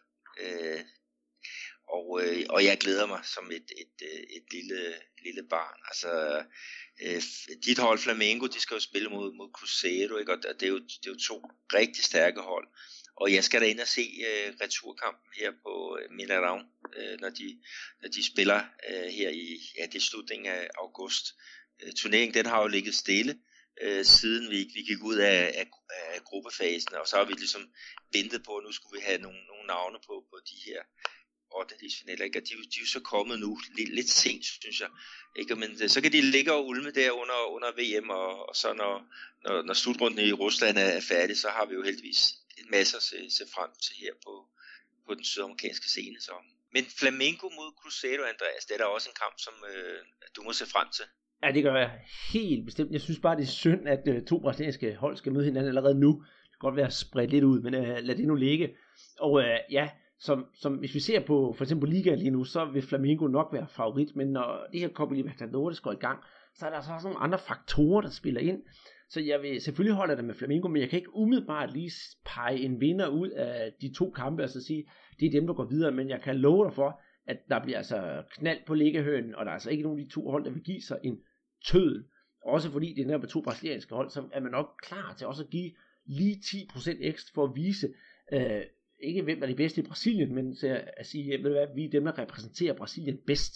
Og jeg glæder mig som et lille barn. Altså, dit hold Flamengo, de skal jo spille mod Cruzeiro, ikke? Og det er jo to rigtig stærke hold. Og jeg skal da ind og se returkampen her på Mineirão, når de spiller her det er slutningen af august. Turneringen, den har jo ligget stille, siden vi gik ud af gruppefasen, og så har vi ligesom ventet på, at nu skulle vi have nogle navne på de her ottendedelsfinaler, ikke? Og de er jo så kommet nu lidt sent, synes jeg, ikke? Men så kan de ligge og ulme der under VM, og så når slutrunden i Rusland er færdig, så har vi jo heldigvis en masse at se frem til her på den sydamerikanske scene. Så. Men Flamengo mod Cruzeiro, Andreas, det er da også en kamp, som du må se frem til. Ja, det gør jeg helt bestemt. Jeg synes bare, det er synd, at to brasilianske hold skal møde hinanden allerede nu. Det kan godt være spredt lidt ud, men lad det nu ligge. Og som hvis vi ser på for eksempel Liga lige nu, så vil Flamengo nok være favorit, men når det her Copa Libertadores går i gang, så er der altså også nogle andre faktorer, der spiller ind. Så jeg vil selvfølgelig holde det med Flamengo, men jeg kan ikke umiddelbart lige pege en vinder ud af de to kampe, og så sige, det er dem, der går videre, men jeg kan love dig for, at der bliver altså knald på liggehønen, og der er altså ikke nogen af de to hold, der vil give sig en tødel. Også fordi det er på to brasilianske hold, så er man nok klar til også at give lige 10% ekstra for at vise, ikke hvem er det bedste i Brasilien, men at sige, ved du hvad, vi er dem, der repræsenterer Brasilien bedst.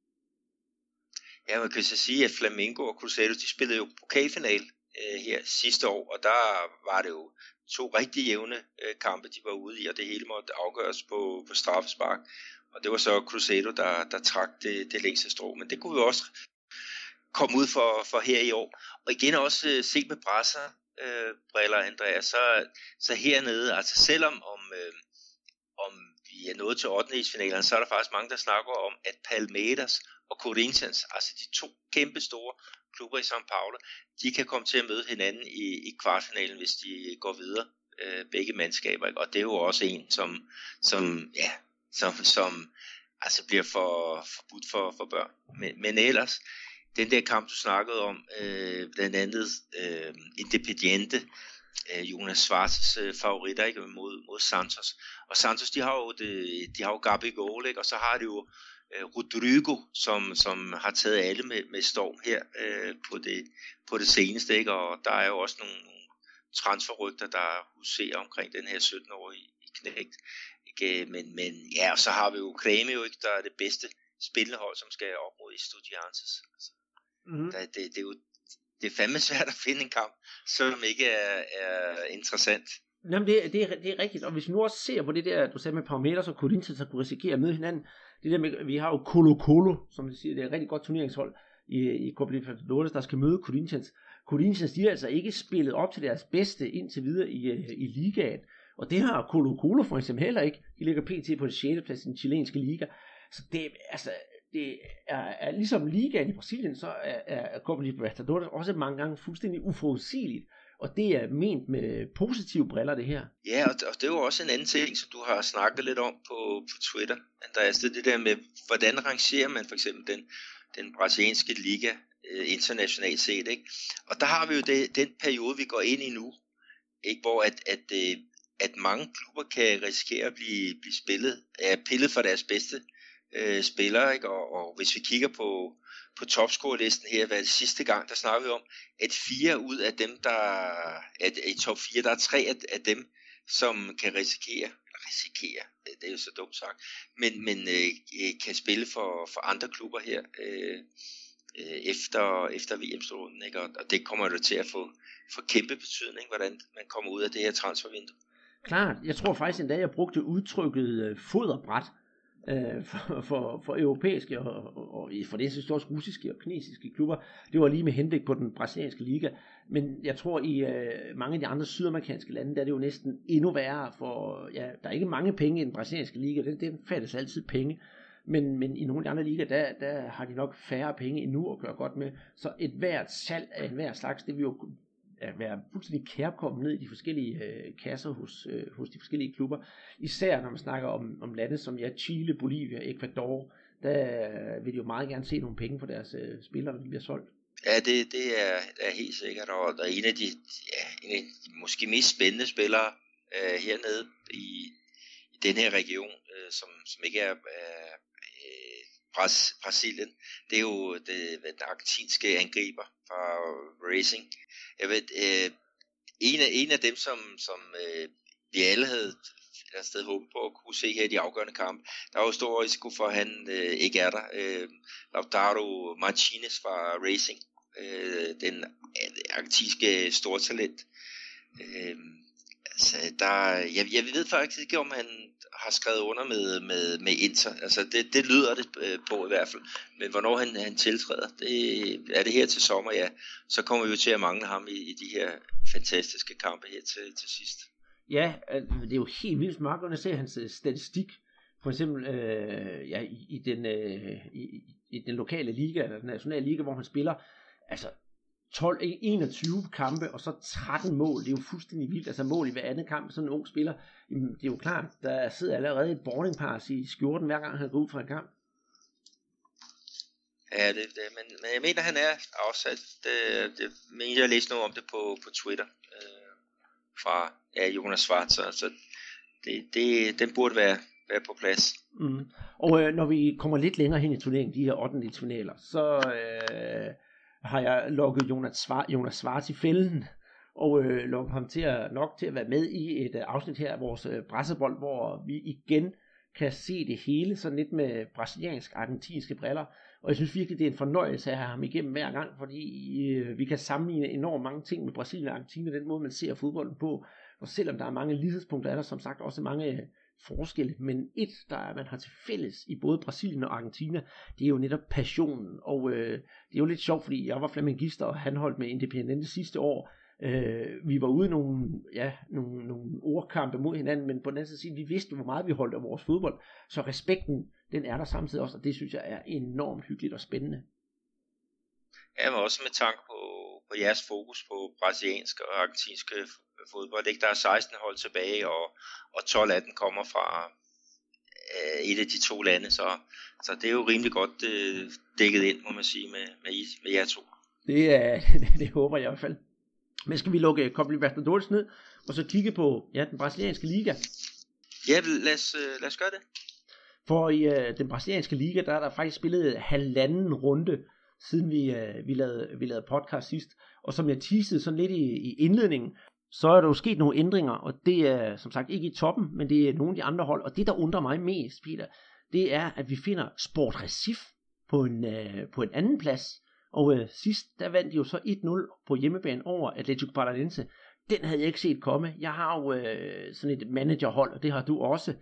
Ja, man kan så sige, at Flamengo og Cruzeiro, de spillede jo pokalfinale her sidste år, og der var det jo to rigtig jævne kampe, de var ude i, og det hele måtte afgøres på straffespark. Og det var så Cruzeiro, der trak det længste strå, men det kunne vi også komme ud for her i år. Og igen også set med briller, Andreas, så hernede, altså selvom om vi er nået til 8. så er der faktisk mange, der snakker om, at Palmeiras og Corinthians, altså de to kæmpe store klubber i São Paulo, de kan komme til at møde hinanden i kvartfinalen, hvis de går videre, begge mandskaber, ikke? Og det er jo også en, som altså bliver forbudt for børn. Men ellers, den der kamp, du snakkede om, blandt andet Independiente, Jonas Schwartzes favoritter, ikke, mod Santos. Og Santos, de har jo Gabigol, ikke? Og så har de jo Rodrigo, som har taget alle med storm her på det seneste, ikke? Og der er jo også nogle transferrygter, der huserer omkring den her 17-årige knægt. Ikke? Men ja, og så har vi jo Grêmio, ikke, der er det bedste spillehold, som skal op mod Estudiantes. Altså, det er fandme svært at finde en kamp, som ikke er interessant. Jamen det er rigtigt, og hvis vi nu også ser på det der, du sagde med Palmeiras og Corinthians, så kunne risikere at møde hinanden, det der med, vi har jo Colo-Colo, som de siger, det er et rigtig godt turneringshold i Copa Libertadores, der skal møde Corinthians. Corinthians, de har altså ikke spillet op til deres bedste indtil videre i ligaen, og det har Colo-Colo for eksempel heller ikke. De ligger pt. På det 6. plads i den chilenske liga, så det er ligesom ligaen i Brasilien, så er Copa Libertadores også mange gange fuldstændig uforudsigeligt. Og det er ment med positive briller, det her. Ja, og det er jo også en anden ting, som du har snakket lidt om på Twitter, Andreas. Det der med, hvordan rangerer man for eksempel den brasilianske liga internationalt set, ikke? Og der har vi jo den periode, vi går ind i nu, ikke? Hvor at mange klubber kan risikere at blive pillet for deres bedste spillere, ikke? Og hvis vi kigger på topscore-listen her, hvad det sidste gang, der snakker vi om, at 4 ud af dem, i top 4, der er 3 af dem, som kan risikere, det er jo så dumt sagt, men kan spille for andre klubber her, efter VM-slutrunde, ikke? Og det kommer jo til at få kæmpe betydning, hvordan man kommer ud af det her transfervindue. Klart, jeg tror faktisk endda, jeg brugte udtrykket foderbræt, for europæiske og for det synes jeg også russiske og kinesiske klubber. Det var lige med henblik på den brasilianske liga, men jeg tror i mange af de andre sydamerikanske lande, der er det jo næsten endnu værre, for ja, der er ikke mange penge i den brasilianske liga, den fattes altid penge, Men i nogle af de andre ligaer, der har de nok færre penge endnu at gøre godt med. Så et hvert salg af enhver slags, det vil jo være fuldstændig kærkommen ned i de forskellige kasser hos de forskellige klubber. Især når man snakker om lande som Chile, Bolivia, Ecuador, der vil de jo meget gerne se nogle penge for deres spillere, når de bliver solgt. Ja, det er helt sikkert, og der er en af de måske mest spændende spillere hernede i den her region, som ikke er Brasilien. Det er jo den argentinske angriber fra Racing. Jeg ved, en af dem, som vi alle havde et sted håbet på at kunne se her i de afgørende kampe. Der var jo stor risiko for, at han ikke er der. Lautaro Martinez fra Racing, den argentinske stortalent. Altså, jeg ved faktisk ikke, om han har skrevet under med Inter. Altså, det lyder det på i hvert fald. Men hvornår han tiltræder, er det her til sommer, ja. Så kommer vi jo til at mangle ham i de her fantastiske kampe her til sidst. Ja, det er jo helt vildt smartgående at se hans statistik. For eksempel i den lokale liga, eller den nationale liga, hvor han spiller. Altså 21 kampe, og så 13 mål. Det er jo fuldstændig vildt. Altså mål i hver anden kamp, sådan en ung spiller. Det er jo klart, der sidder allerede et boarding pass i skjorten, hver gang han går ud fra en kamp. Ja, men jeg mener, han er afsat. Det mener jeg læste noget om det på Twitter fra Jonas Schwartz, så den burde være på plads. Mm. Og når vi kommer lidt længere hen i turneringen, de her 8. finaler, så har jeg lukket Jonas Schwartz i fælden, og lukket ham til at være med i et afsnit her af vores Brassebold, hvor vi igen kan se det hele sådan lidt med brasiliansk-argentinske briller. Og jeg synes virkelig, det er en fornøjelse at have ham igennem hver gang, fordi vi kan sammenligne enormt mange ting med Brasilien og Argentina, den måde man ser fodbolden på. Og selvom der er mange lighedspunkter, er der som sagt også mange forskelle. Men man har til fælles i både Brasilien og Argentina, det er jo netop passionen. Og det er jo lidt sjovt, fordi jeg var flamengister, og han holdt med Independiente sidste år. Vi var ude i nogle ordkampe mod hinanden, men på den anden side, vi vidste hvor meget vi holdt af vores fodbold, så respekten, den er der samtidig også, og det synes jeg er enormt hyggeligt og spændende. Ja, men også med tanke på jeres fokus på brasiliansk og argentinsk fodbold. Ikke? Der er 16 hold tilbage, og 12-18 kommer fra et af de to lande, så det er jo rimelig godt dækket ind, må man sige, med jer to. Det håber jeg i hvert fald. Men skal vi lukke Copa Libertadores ned, og så kigge på den brasilianske liga? Ja, lad os gøre det. For i den brasilianske liga, der er der faktisk spillet halvanden runde, siden vi lavede podcast sidst. Og som jeg teasede sådan lidt i indledningen, så er der jo sket nogle ændringer, og det er som sagt ikke i toppen, men det er nogle af de andre hold. Og det, der undrer mig mest, Peter, det er, at vi finder Sport Recife på en anden plads. Og sidst, der vandt de jo så 1-0 på hjemmebane over Atlético Paranaense. Den havde jeg ikke set komme. Jeg har jo sådan et managerhold, og det har du også,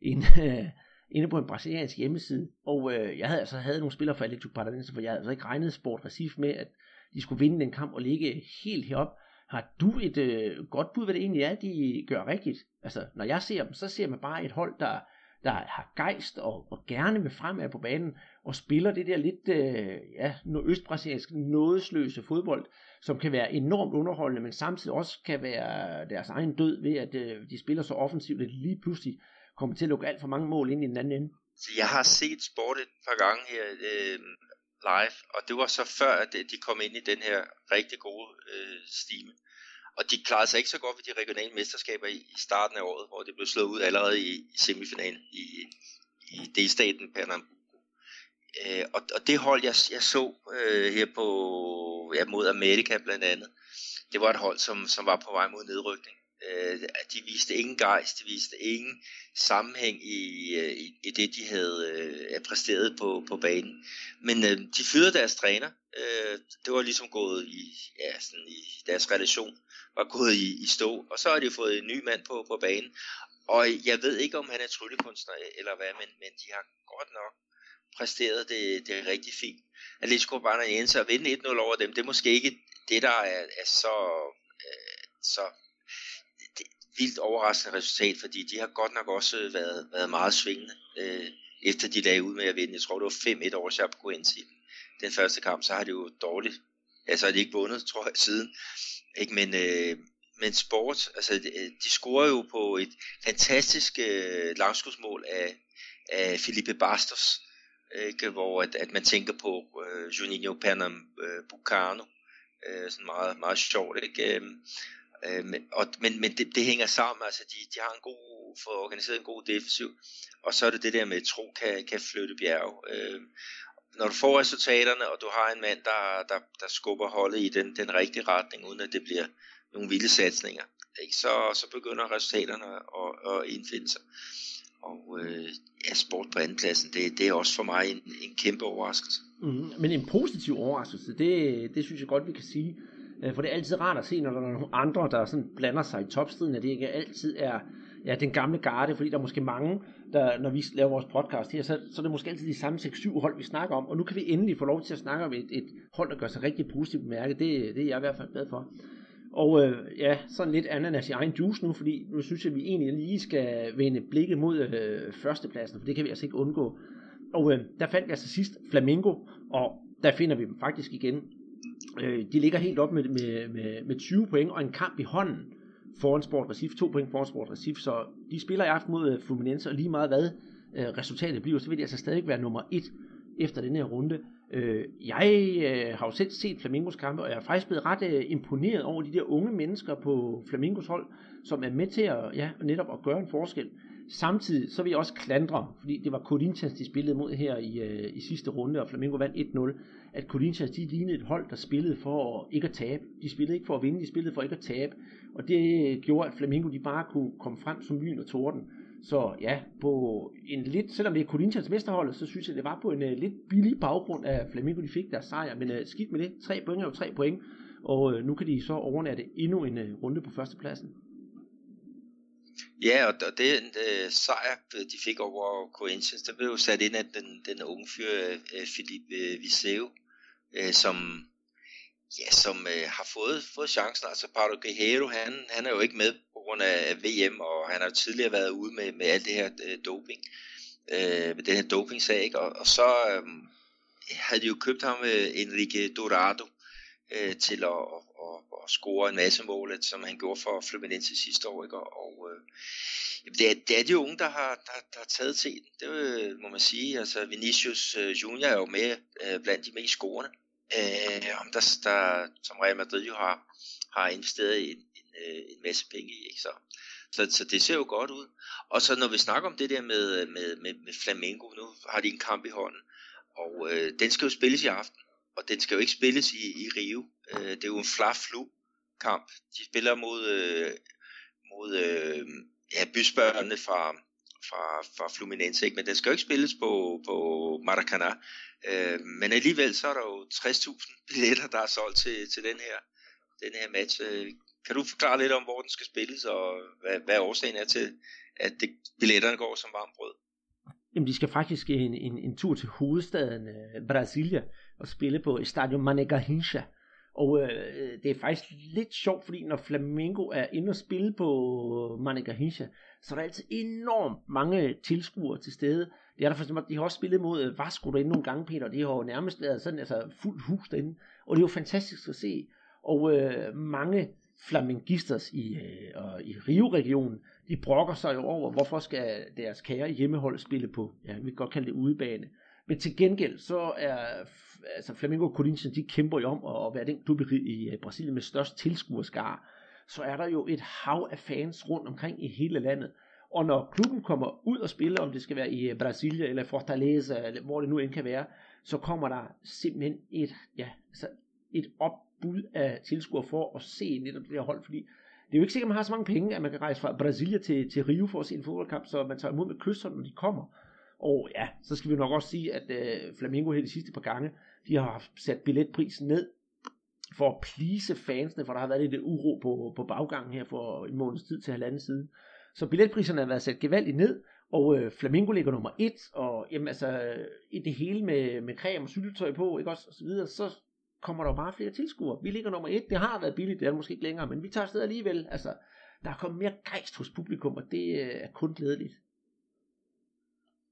inde på en brasiliansk hjemmeside. Og jeg havde nogle spillere fra Atlético Paranaense, for jeg havde altså ikke regnet Sport Recife med, at de skulle vinde den kamp og ligge helt herop. Har du et godt bud, hvad det egentlig er, de gør rigtigt? Altså, når jeg ser dem, så ser man bare et hold, der har gejst og gerne vil fremad på banen, og spiller det der lidt østbrasiliansk nådesløse fodbold, som kan være enormt underholdende, men samtidig også kan være deres egen død ved, at de spiller så offensivt, at de lige pludselig kommer til at lukke alt for mange mål ind i den anden ende. Så jeg har set Sport et par gange her live, og det var så før, at de kom ind i den her rigtig gode stime. Og de klarede sig ikke så godt ved de regionale mesterskaber i starten af året, hvor det blev slået ud allerede i semifinalen i delstaten Pernambuco. Og det hold, jeg så her mod Amerika blandt andet, det var et hold, som var på vej mod nedrykning. De viste ingen gejst, de viste ingen sammenhæng i det, de havde præsteret på banen. Men de fyrede deres træner. Det var ligesom gået i deres relation var gået i stå, og så har de fået en ny mand på banen. Og jeg ved ikke, om han er tryllekunstner eller hvad, men de har godt nok præsteret det rigtig fint. Atlético Paranaense at vinde 1-0 over dem, det er måske ikke det, der er så vildt overraskende resultat, fordi de har godt nok også været meget svingende efter de lagde ud med at vinde. Jeg tror, det var 5-1 over Chapecoense i den første kamp, så har de jo dårligt. Altså, har de ikke vundet, tror jeg, siden. Ikke? Men Sport, altså, de scorer jo på et fantastisk langskudsmål af Felipe Bastos, ikke? Hvor at man tænker på Juninho Pernambucano, sådan meget, meget sjovt, ikke? Men det hænger sammen, altså de har fået organiseret en god defensiv, og så er det det der med, at tro kan flytte bjerge. Når du får resultaterne, og du har en mand, der skubber holdet i den rigtige retning, uden at det bliver nogle vilde satsninger, ikke? Så begynder resultaterne at indfinde sig. Og Sport på andenpladsen, det er også for mig en kæmpe overraskelse. Men en positiv overraskelse, det synes jeg godt, vi kan sige. For det er altid rart at se, når der er nogle andre, der sådan blander sig i topstriden, at det ikke altid er den gamle garde, fordi der er måske mange, der, når vi laver vores podcast her, så er det måske altid de samme 6-7 hold, vi snakker om, og nu kan vi endelig få lov til at snakke om et hold, der gør sig rigtig positivt bemærket. Det er jeg i hvert fald glad for. Og sådan lidt ananas i egen juice nu, fordi nu synes jeg, at vi egentlig lige skal vende blikket mod førstepladsen, for det kan vi altså ikke undgå. Og der fandt vi altså sidst Flamengo, og der finder vi dem faktisk igen. De ligger helt op med 20 point og en kamp i hånden foran Sport Recife, 2 point foran Sport Recife, så de spiller i aften mod Fluminense, og lige meget hvad resultatet bliver, så vil de altså stadig være nummer 1 efter den her runde. Jeg har jo selv set Flamingos kampe, og jeg er faktisk blevet ret imponeret over de der unge mennesker på Flamingos hold, som er med til at netop at gøre en forskel. Samtidig så vil jeg også klandre, fordi det var Corinthians, de spillede mod her i sidste runde, og Flamengo vandt 1-0, at Corinthians, de lignede et hold, der spillede for ikke at tabe. De spillede ikke for at vinde, de spillede for ikke at tabe. Og det gjorde, at Flamengo, de bare kunne komme frem som lyn og torden. Så ja, på en lidt, selvom det er Corinthians mesterholdet, så synes jeg, det var på en lidt billig baggrund af Flamengo, de fik deres sejr. Men skidt med det, 3 point er jo 3 point, og nu kan de så overnatte endnu en runde på førstepladsen. Ja, og den sejr, de fik over Corinthians, der blev jo sat ind af den unge fyr, Philippe Viseu, som har fået chancen. Altså Paulo Guerrero, han er jo ikke med på grund af VM, og han har jo tidligere været ude med alt det her doping, med den her dopingsag, ikke? Og så havde de jo købt ham, Enrique Dorado, til at score en masse mål, som han gjorde for Fluminense sidste år, ikke? Og det er de unge, der har taget til den, det må man sige. Altså Vinicius Junior er jo med blandt de mest scorende, der som Real Madrid jo har investeret en masse penge i, ikke? Så det ser jo godt ud. Og så når vi snakker om det der med Flamengo, nu har de en kamp i hånden, og den skal jo spilles i aften, og den skal jo ikke spilles i Rio. Det er jo en fla-flu kamp. De spiller mod bysbørnene fra Fluminense, ikke? Men den skal jo ikke spilles på Maracanã. Men alligevel så er der jo 60.000 billetter, der er solgt til den her match. Kan du forklare lidt om, hvor den skal spilles, og hvad årsagen er til, at billetterne går som varmt brød? Jamen, de skal faktisk en tur til hovedstaden Brasilia og spille på Estadio Mané Garrincha. Og det er faktisk lidt sjovt, fordi når Flamengo er inde og spille på Mané Garrincha, så er der altid enormt mange tilskuere til stede. Det er der for eksempel, de har også spillet mod Vasco derinde nogle gange, Peter, og de har jo nærmest været sådan, altså fuldt hus derinde. Og det er jo fantastisk at se. Og mange flamengistas i Rio-regionen, de brokker sig jo over, hvorfor skal deres kære hjemmehold spille på, vi kan godt kalde det udebane. Men til gengæld, så er Flamengo og Corinthians, de kæmper jo om at være den klub i Brasilien med størst tilskuerskare. Så er der jo et hav af fans rundt omkring i hele landet. Og når klubben kommer ud og spiller, om det skal være i Brasilia eller Fortaleza, eller hvor det nu end kan være, så kommer der simpelthen et opbud af tilskuere for at se netop det her hold, fordi det er jo ikke sikkert, at man har så mange penge, at man kan rejse fra Brasilia til Rio for at se en fodboldkamp, så man tager imod med kysserne, når de kommer. Og ja, så skal vi nok også sige, at Flamengo her de sidste par gange, de har sat billetprisen ned for at please fansene, for der har været lidt uro på baggangen her for en måneds tid til halvanden siden. Så billetpriserne har været sat gevaldigt ned, og Flamengo ligger nummer 1, og jamen altså i det hele med creme og cykeltøj på, ikke også, og så videre, så kommer der bare flere tilskuere. Vi ligger nummer 1, det har været billigt, det er det måske ikke længere, men vi tager afsted alligevel. Altså, der er kommet mere gejst hos publikum, og det er kun glædeligt.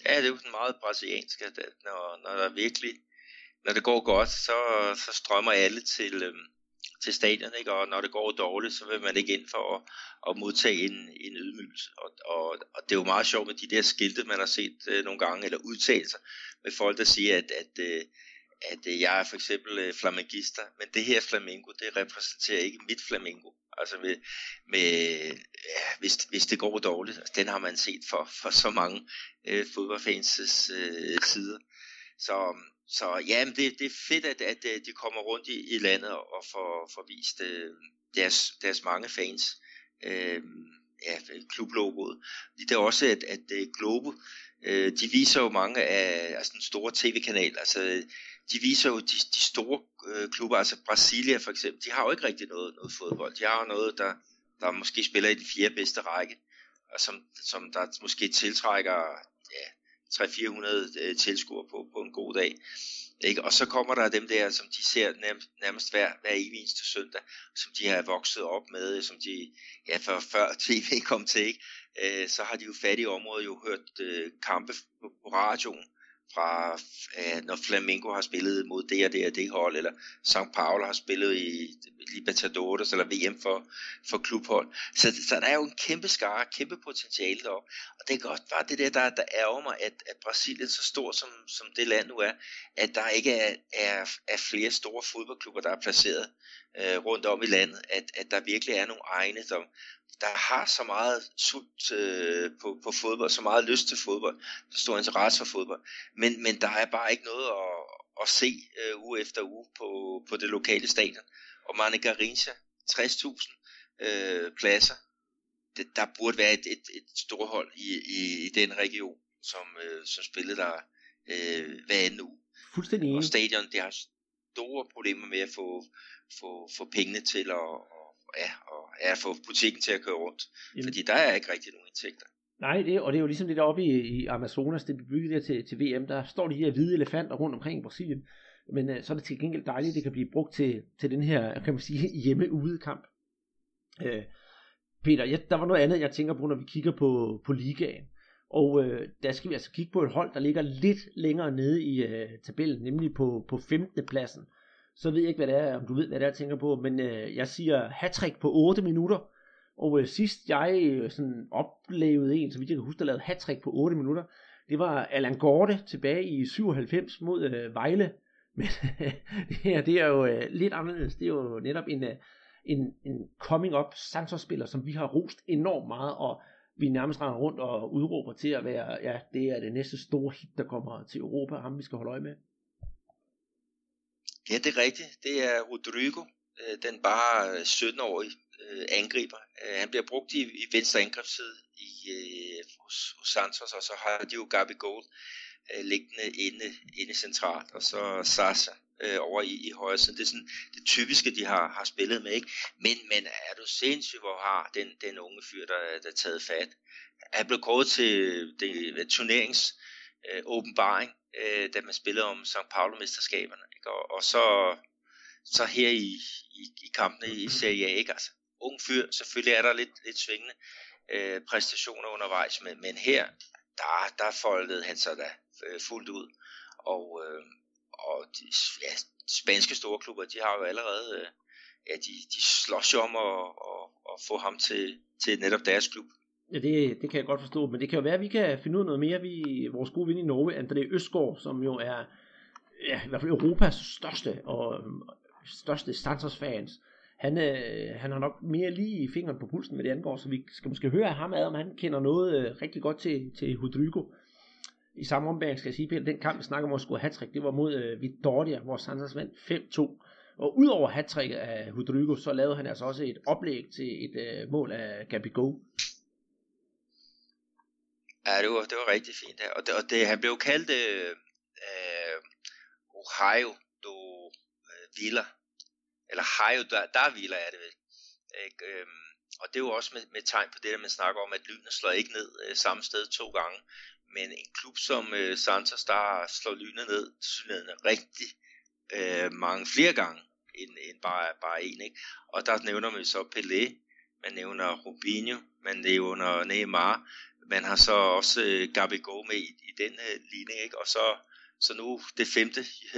Ja, det er jo sådan meget brasiliansk, at når der virkelig, når det går godt, så strømmer alle til stadion, ikke? Og når det går dårligt, så vil man ikke ind for at modtage en ydmygelse. Og det er jo meget sjovt med de der skilte, man har set nogle gange, eller udtalelser med folk, der siger, at jeg er for eksempel flamengister, men det her Flamengo, det repræsenterer ikke mit Flamengo. Altså hvis det går dårligt, altså den har man set for så mange fodboldfans sider. Så ja, men det er fedt, at de kommer rundt i landet og får vist deres mange fans klublogoet. Det er også, at Globo, de viser jo mange af den store tv-kanal, altså de viser jo de store klubber, altså Brasilia for eksempel, de har jo ikke rigtig noget fodbold. De har jo noget, der måske spiller i den 4. bedste række, og som der måske tiltrækker 300-400 tilskuere på en god dag. Ikke? Og så kommer der dem der, som de ser nærmest hver evig eneste søndag, som de har vokset op med, som de, før tv kom til, ikke? Så har de jo fattige områder jo hørt kampe på radioen, fra når Flamengo har spillet mod det og det hold, eller São Paulo har spillet i Libertadores eller VM for klubhold. Så der er jo en kæmpe skare, kæmpe potentiale deroppe. Og det er godt bare det der ærger mig, at Brasilien så stor som det land nu er, at der ikke er flere store fodboldklubber, der er placeret rundt om i landet, at der virkelig er nogle egne, der har så meget sult på fodbold, så meget lyst til fodbold, så stor interesse for fodbold, men der er bare ikke noget at se uge efter uge på det lokale stadion. Og Mané Garrincha, 60.000 pladser, der burde være et stort hold i den region, som spillede der hver anden uge. Fuldstændig. Og stadion, det har store problemer med at få pengene til at få butikken til at køre rundt. Jamen. Fordi der er ikke rigtig nogen indtægter. Nej, og det er jo ligesom det der oppe i Amazonas, det bliver bygget der til VM, der står de her hvide elefanter rundt omkring i Brasilien, men så er det til gengæld dejligt, det kan blive brugt til den her, kan man sige, hjemme-ude kamp. Peter, der var noget andet, jeg tænker på, når vi kigger på ligaen, og der skal vi altså kigge på et hold, der ligger lidt længere nede i tabellen, nemlig på 15. pladsen. Så ved jeg ikke, hvad det er, om du ved, hvad det er, jeg tænker på, men jeg siger hattrick på 8 minutter, og sidst jeg sådan oplevede en, så vidt jeg kan huske, der lavede hattrick på 8 minutter, det var Allan Gorte tilbage i 97 mod Vejle, men det er jo lidt anderledes, det er jo netop en coming-up Santos-spiller, som vi har rost enormt meget, og vi nærmest render rundt og udråber til at være, det er det næste store hit, der kommer til Europa, ham vi skal holde øje med. Ja, det er rigtigt. Det er Rodrigo, den bare 17-årige angriber. Han bliver brugt i venstre angrebsside hos Santos, og så har de jo Gabigol liggende inde centralt, og så Sasa over i højre side. Det er sådan det typiske, de har spillet med, ikke? Men er du sindssygt, hvor har den unge fyr, der er taget fat. Han blev kåret til det turneringens åbenbaring, da man spillede om São Paulo-mesterskaberne, ikke? Og så her i kampene i Serie A, ikke? Altså, ung fyr, selvfølgelig er der lidt svingende præstationer undervejs, men her, der foldede han sig da fuldt ud, og de spanske store klubber, de har jo allerede, de slås jo om at få ham til netop deres klub. Ja, det kan jeg godt forstå, men det kan jo være, at vi kan finde ud af noget mere. Vores gode ven i Norge, André Østgaard, som jo er i hvert fald Europas største Santos-fans, han har nok mere lige i fingeren på pulsen, hvad det angår, så vi skal måske høre af ham, om han kender noget rigtig godt til Rodrigo. I samme ombæring skal jeg sige, Peter, den kamp, vi snakker om at score hattrick, det var mod Vitória, hvor Santos vandt 5-2. Og udover hattricket af Rodrigo, så lavede han altså også et oplæg til et mål af Gabigol. Ja, det var rigtig fint. Og det, han blev kaldt Ohio do Villa. Eller Ohio da Villa er det vel. Og det er jo også med tegn på det, der man snakker om, at Lynet slår ikke ned samme sted 2 gange. Men en klub som Santos, der slår Lynet ned synligheden rigtig mange flere gange end bare en. Ikke? Og der nævner man så Pelé, man nævner Robinho, man nævner Neymar. man har så også Gabigol med i den ligning, ikke? Og så nu det 5.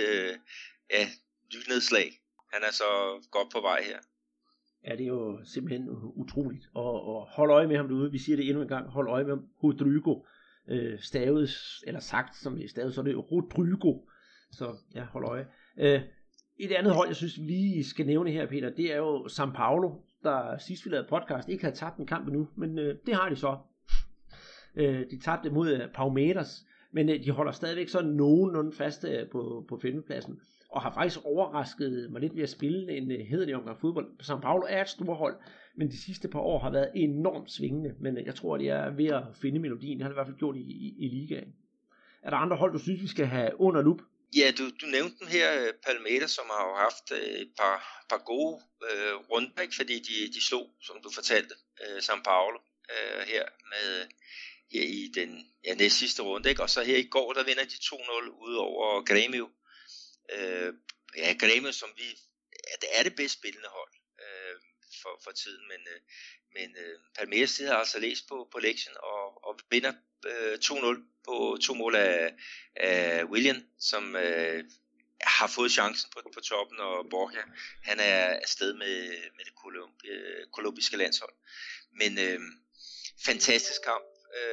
lynedslag. Han er så godt på vej her. Ja, det er jo simpelthen utroligt. Og hold øje med ham derude. Vi siger det endnu en gang. Hold øje med ham. Rodrygo. Stavet, eller sagt som det er stavet, så er det Rodrygo. Så ja, hold øje. Et andet hold, jeg synes vi lige skal nævne her, Peter, det er jo São Paulo, der sidst vi lavede podcast ikke havde tabt en kamp endnu, men det har de så. De tabte mod Palmeiras, men de holder stadigvæk så nogenlunde fast på 5. pladsen, og har faktisk overrasket mig lidt ved at spille en hederlig omgang fodbold. São Paulo er et stort hold, men de sidste par år har været enormt svingende, men jeg tror, at de er ved at finde melodien. Det har de i hvert fald gjort i ligaen. Er der andre hold, du synes, vi skal have under lup? Ja, du nævnte dem her, Palmeiras, som har jo haft et par gode runder, ikke? Fordi de slog, som du fortalte, São Paulo her i den næst sidste runde, ikke? Og så her i går, der vinder de 2-0 ude over Grêmio. Grêmio, som det er det bedst spillende hold for tiden, men Palmeiras har altså læst på lektien og vinder 2-0 på 2 mål af William, som har fået chancen på toppen, og Borja, han er afsted med det kolumbiske landshold. Men fantastisk kamp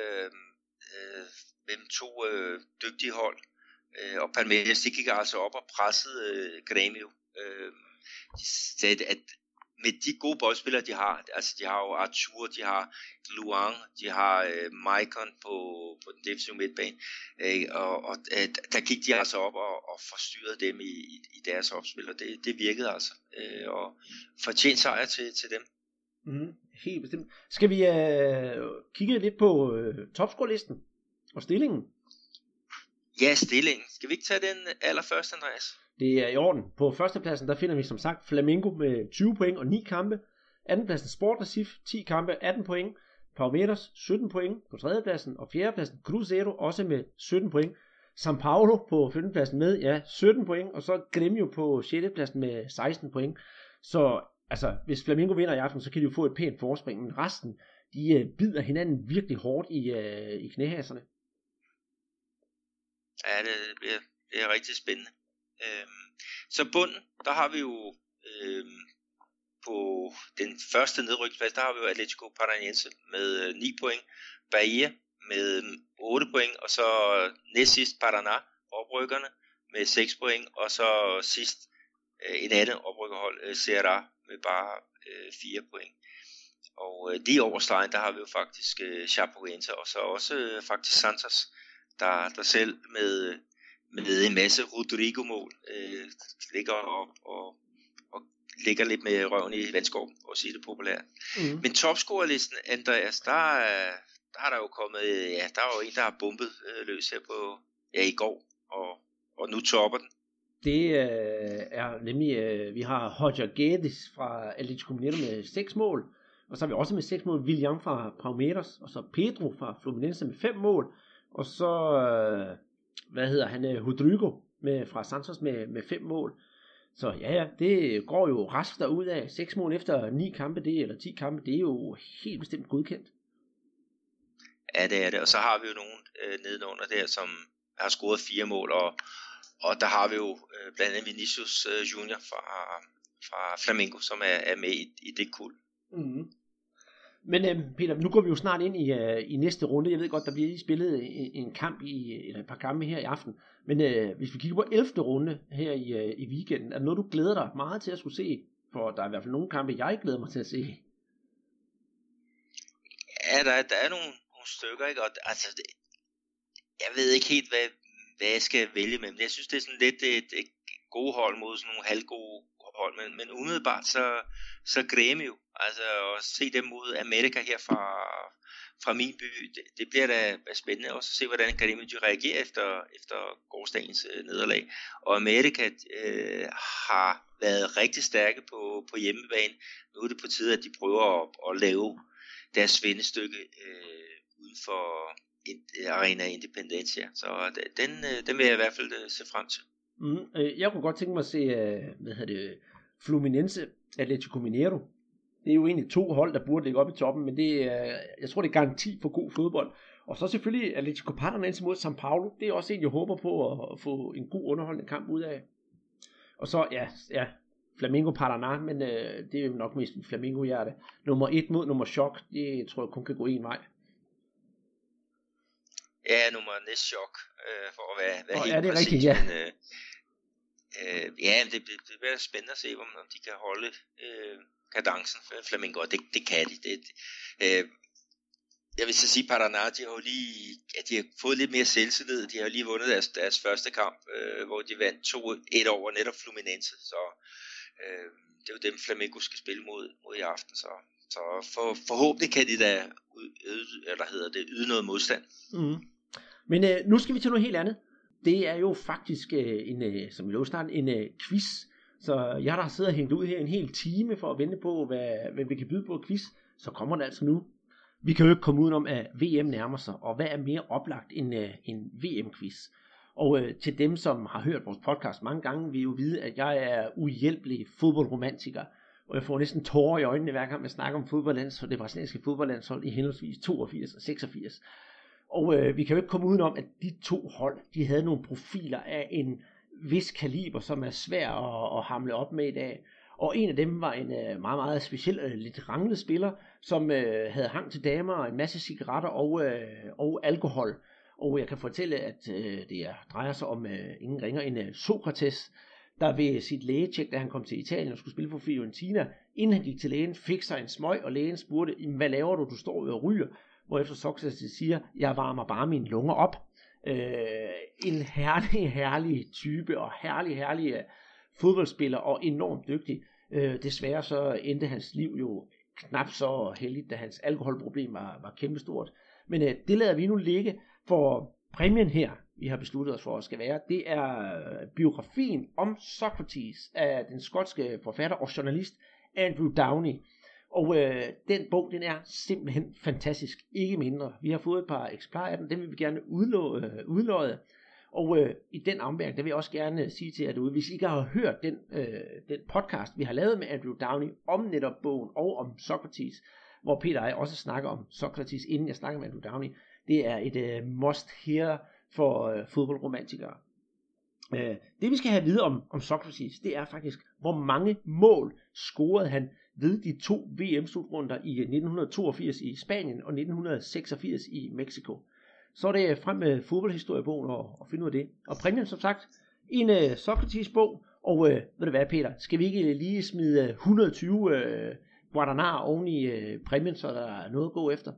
mellem to dygtige hold, og Palmeiras, de gik altså op og pressede Grêmio. De sagde, at med de gode boldspillere, de har, altså de har jo Arthur, de har Luan, de har Maicon på den defensive midtbane, og der gik de altså op og forstyrrede dem i deres opspil, og det virkede altså, og fortjent sejr til dem. Helt bestemt. Skal vi kigge lidt på topscore-listen og stillingen? Ja, stillingen. Skal vi ikke tage den allerførste, Andreas? Det er i orden. På førstepladsen, der finder vi som sagt Flamengo med 20 point og 9 kampe. Andenpladsen Sport Recife, 10 kampe, 18 point. Palmeiras, 17 point på tredjepladsen. Og fjerdepladsen Cruzeiro, også med 17 point. São Paulo på femtepladsen med, 17 point. Og så Grêmio på sjettepladsen med 16 point. Så altså, hvis Flamengo vinder i aften, så kan de jo få et pænt forspring. Men resten, de bider hinanden virkelig hårdt i knæhaserne. Ja, det er rigtig spændende. Så bunden, der har vi jo på den første nedrykningsplads, der har vi jo Atlético Paranaense med 9 point, Bahia med 8 point, og så næstsidst Paraná, oprykkerne, med 6 point, og så sidst en anden oprykkerhold, Ceará, med bare 4 point. Og lige over stregen, der har vi jo faktisk Chapecoense, og så også faktisk Santos, der selv med en masse Rodrygo-mål ligger og ligger lidt med røven i vandskåben, for at sige det populært. Men topscorerlisten, Andreas, der har der jo kommet, der er jo en, der har bumpet løs her på, i går, og nu topper den. Det er nemlig, vi har Roger Guedes fra Atlético Mineiro med 6 mål, og så har vi også med 6 mål William fra Palmeiras, og så Pedro fra Fluminense med 5 mål, og så Rodrygo fra Santos med 5 mål. Så ja, det går jo raskt derud af. 6 mål efter 9 kampe, eller 10 kampe, det er jo helt bestemt godkendt. Ja, det er det. Og så har vi jo nogen nedenunder der, som har scoret 4 mål, og der har vi jo blandt andet Vinicius Junior fra Flamengo, som er med i det kuld. Men Peter, nu går vi jo snart ind i næste runde. Jeg ved godt, der bliver lige spillet en kamp eller et par kampe her i aften. Men hvis vi kigger på 11. runde her i weekenden, er det noget, du glæder dig meget til at skulle se? For der er i hvert fald nogle kampe, jeg glæder mig til at se. Ja, der er nogle stykker, ikke? Og, altså, jeg ved ikke helt, hvad jeg skal vælge med. Jeg synes, det er sådan lidt et gode hold mod sådan nogle halvgode hold. Men umiddelbart så Grêmio, altså at se dem mod Amerika her fra min by, det bliver da spændende også at se, hvordan Grêmio de reagerer efter gårsdagens nederlag. Og Amerika har været rigtig stærke på hjemmebane. Nu er det på tide, at de prøver at lave deres vendestykke uden for Arena Independencia. Så den vil jeg i hvert fald se frem til. Jeg kunne godt tænke mig at se Fluminense Atlético Mineiro. Det er jo egentlig 2 hold, der burde ligge op i toppen, men jeg tror, det er garanti for god fodbold. Og så selvfølgelig Atletico Paranaense mod São Paulo. Det er også en, jeg håber på at få en god underholdende kamp ud af. Og så, ja, Flamengo Paraná, men det er jo nok mest en Flamengo-hjerte. Nummer 1 mod nummer chok, det tror jeg kun kan gå en vej. Ja, nummer næst chok, for at være helt er det præcis. Rigtigt, ja. Men, ja, det bliver spændende at se, om de kan holde kadencen for Flamengo, og det kan de. Jeg vil så sige, Paraná, de har fået lidt mere selvtillid. De har lige vundet deres første kamp, hvor de vandt 2-1 over netop Fluminense. Så det er jo dem, Flamengo skal spille mod i aften. Så forhåbentlig kan de da yde noget modstand. Mm. Men nu skal vi til noget helt andet. Det er jo faktisk som vi lovede snart, en quiz. Så jeg der har siddet og hængt ud her en hel time for at vente på, hvad vi kan byde på quiz. Så kommer det altså nu. Vi kan jo ikke komme udenom, at VM nærmer sig, og hvad er mere oplagt end en VM-quiz? Og til dem, som har hørt vores podcast mange gange, vil jo vide, at jeg er uhjælpelig fodboldromantiker, og jeg får næsten tårer i øjnene, hver gang jeg snakker om fodboldlandshold, det brasilianske fodboldlandshold i henholdsvis 82 og 86. Og vi kan jo ikke komme udenom, at de 2 hold, de havde nogle profiler af en vis kaliber, som er svær at hamle op med i dag. Og en af dem var en meget, meget speciel, lidt ranglet spiller, som havde hang til damer, en masse cigaretter og alkohol. Og jeg kan fortælle, at det drejer sig om ingen ringer end Sokrates, der ved sit lægetjek, da han kom til Italien og skulle spille for Fiorentina, inden han gik til lægen, fik sig en smøg, og lægen spurgte, hvad laver du står og ryger? Hvorefter Sokrates siger, jeg varmer bare mine lunger op. En herlig type, og herlig fodboldspiller, og enormt dygtig. Desværre så endte hans liv jo knap så heldigt, da hans alkoholproblem var kæmpestort. Men det lader vi nu ligge, for præmien her, vi har besluttet os for at skal være, det er biografien om Socrates af den skotske forfatter og journalist Andrew Downey. Og den bog, den er simpelthen fantastisk, ikke mindre. Vi har fået et par eksemplarer af den, dem vil vi gerne udlåde. Og i den afmærkning, der vil jeg også gerne sige til jer derude, hvis I ikke har hørt den podcast, vi har lavet med Andrew Downey om netop bogen og om Socrates, hvor Peter og jeg også snakker om Socrates, inden jeg snakker med Andrew Downey, det er et must-hear for fodboldromantikere. Det vi skal have at vide om Socrates, det er faktisk, hvor mange mål scorede han ved de 2 VM-slutrunder i 1982 i Spanien og 1986 i Mexico. Så er det frem med fodboldhistoriebogen og finde ud af det. Og præmien, som sagt, en Socrates-bog. Og ved du hvad, Peter, skal vi ikke lige smide 120 Guaraná oven i præmien, så der er noget at gå efter?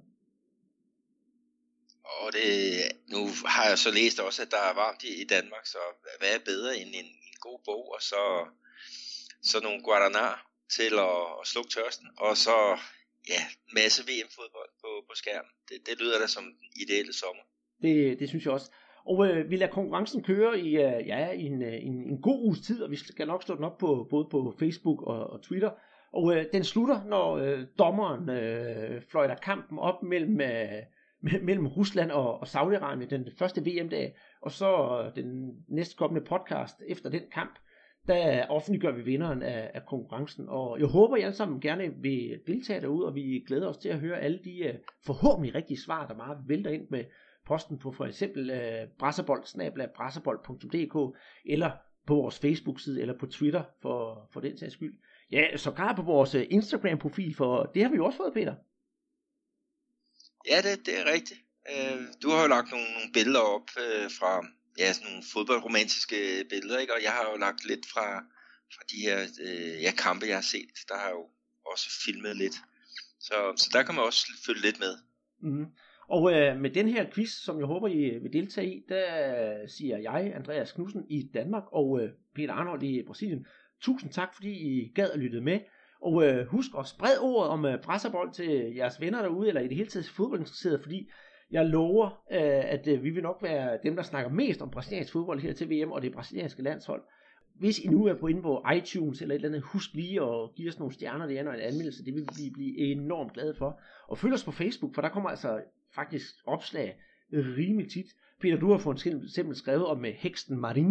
Og nu har jeg så læst også, at der er varmt i Danmark, så hvad er bedre end en god bog, og så nogle Guaraná til at slukke tørsten, og så masse VM-fodbold på skærmen. Det lyder da som den ideelle sommer. Det synes jeg også. Og vi lader konkurrencen køre i en god uges tid, og vi skal nok slå den op både på Facebook og Twitter. Og den slutter, når dommeren fløjter kampen op mellem Rusland og Saudi-Arabien den første VM-dag, og så den næstkommende podcast efter den kamp, der offentliggør vi vinderen af konkurrencen. Og jeg håber, I alle sammen gerne vil deltage derude, og vi glæder os til at høre alle de forhåbentlig rigtige svar, der meget vælter ind med posten på for eksempel brasserbold@brasserbold.dk, eller på vores Facebook-side, eller på Twitter for den sags skyld. Ja, så klar på vores Instagram-profil, for det har vi jo også fået, Peter. Ja, det er rigtigt. Du har jo lagt nogle billeder op fra sådan nogle fodboldromantiske billeder, ikke? Og jeg har jo lagt lidt fra de her kampe, jeg har set. Der har jeg jo også filmet lidt. Så der kan man også følge lidt med. Mm-hmm. Og med den her quiz, som jeg håber, I vil deltage i, der siger jeg, Andreas Knudsen i Danmark, og Peter Arnold i Brasilien, tusind tak, fordi I gad at lytte med. Og husk at sprede ordet om brasserbold til jeres venner derude, eller i det hele taget fodboldinteresserede, fordi jeg lover, at vi vil nok være dem, der snakker mest om brasiliansk fodbold her til VM og det brasilianske landshold. Hvis I nu er på inde på iTunes eller et eller andet, husk lige at give os nogle stjerner derinde og en anmeldelse, det vil vi blive enormt glade for. Og følg os på Facebook, for der kommer altså faktisk opslag rimelig tit. Peter, du har for eksempel skrevet om heksen Marinho.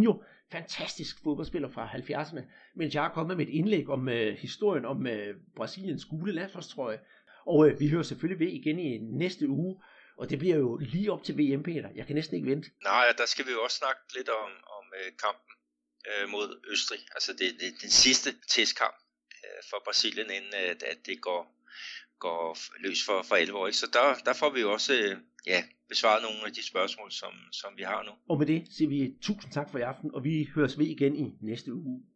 fantastisk fodboldspiller fra 70'erne, mens jeg er kommet med et indlæg om historien om Brasiliens gule landsholdstrøje. Og vi hører selvfølgelig ved igen i næste uge, og det bliver jo lige op til VM, Peter. Jeg kan næsten ikke vente. Nej, der skal vi jo også snakke lidt om kampen mod Østrig. Altså det er den sidste testkamp for Brasilien, inden at det går løs for alvor. Ikke? Så der får vi jo også besvaret nogle af de spørgsmål, som vi har nu. Og med det siger vi tusind tak for i aften, og vi høres ved igen i næste uge.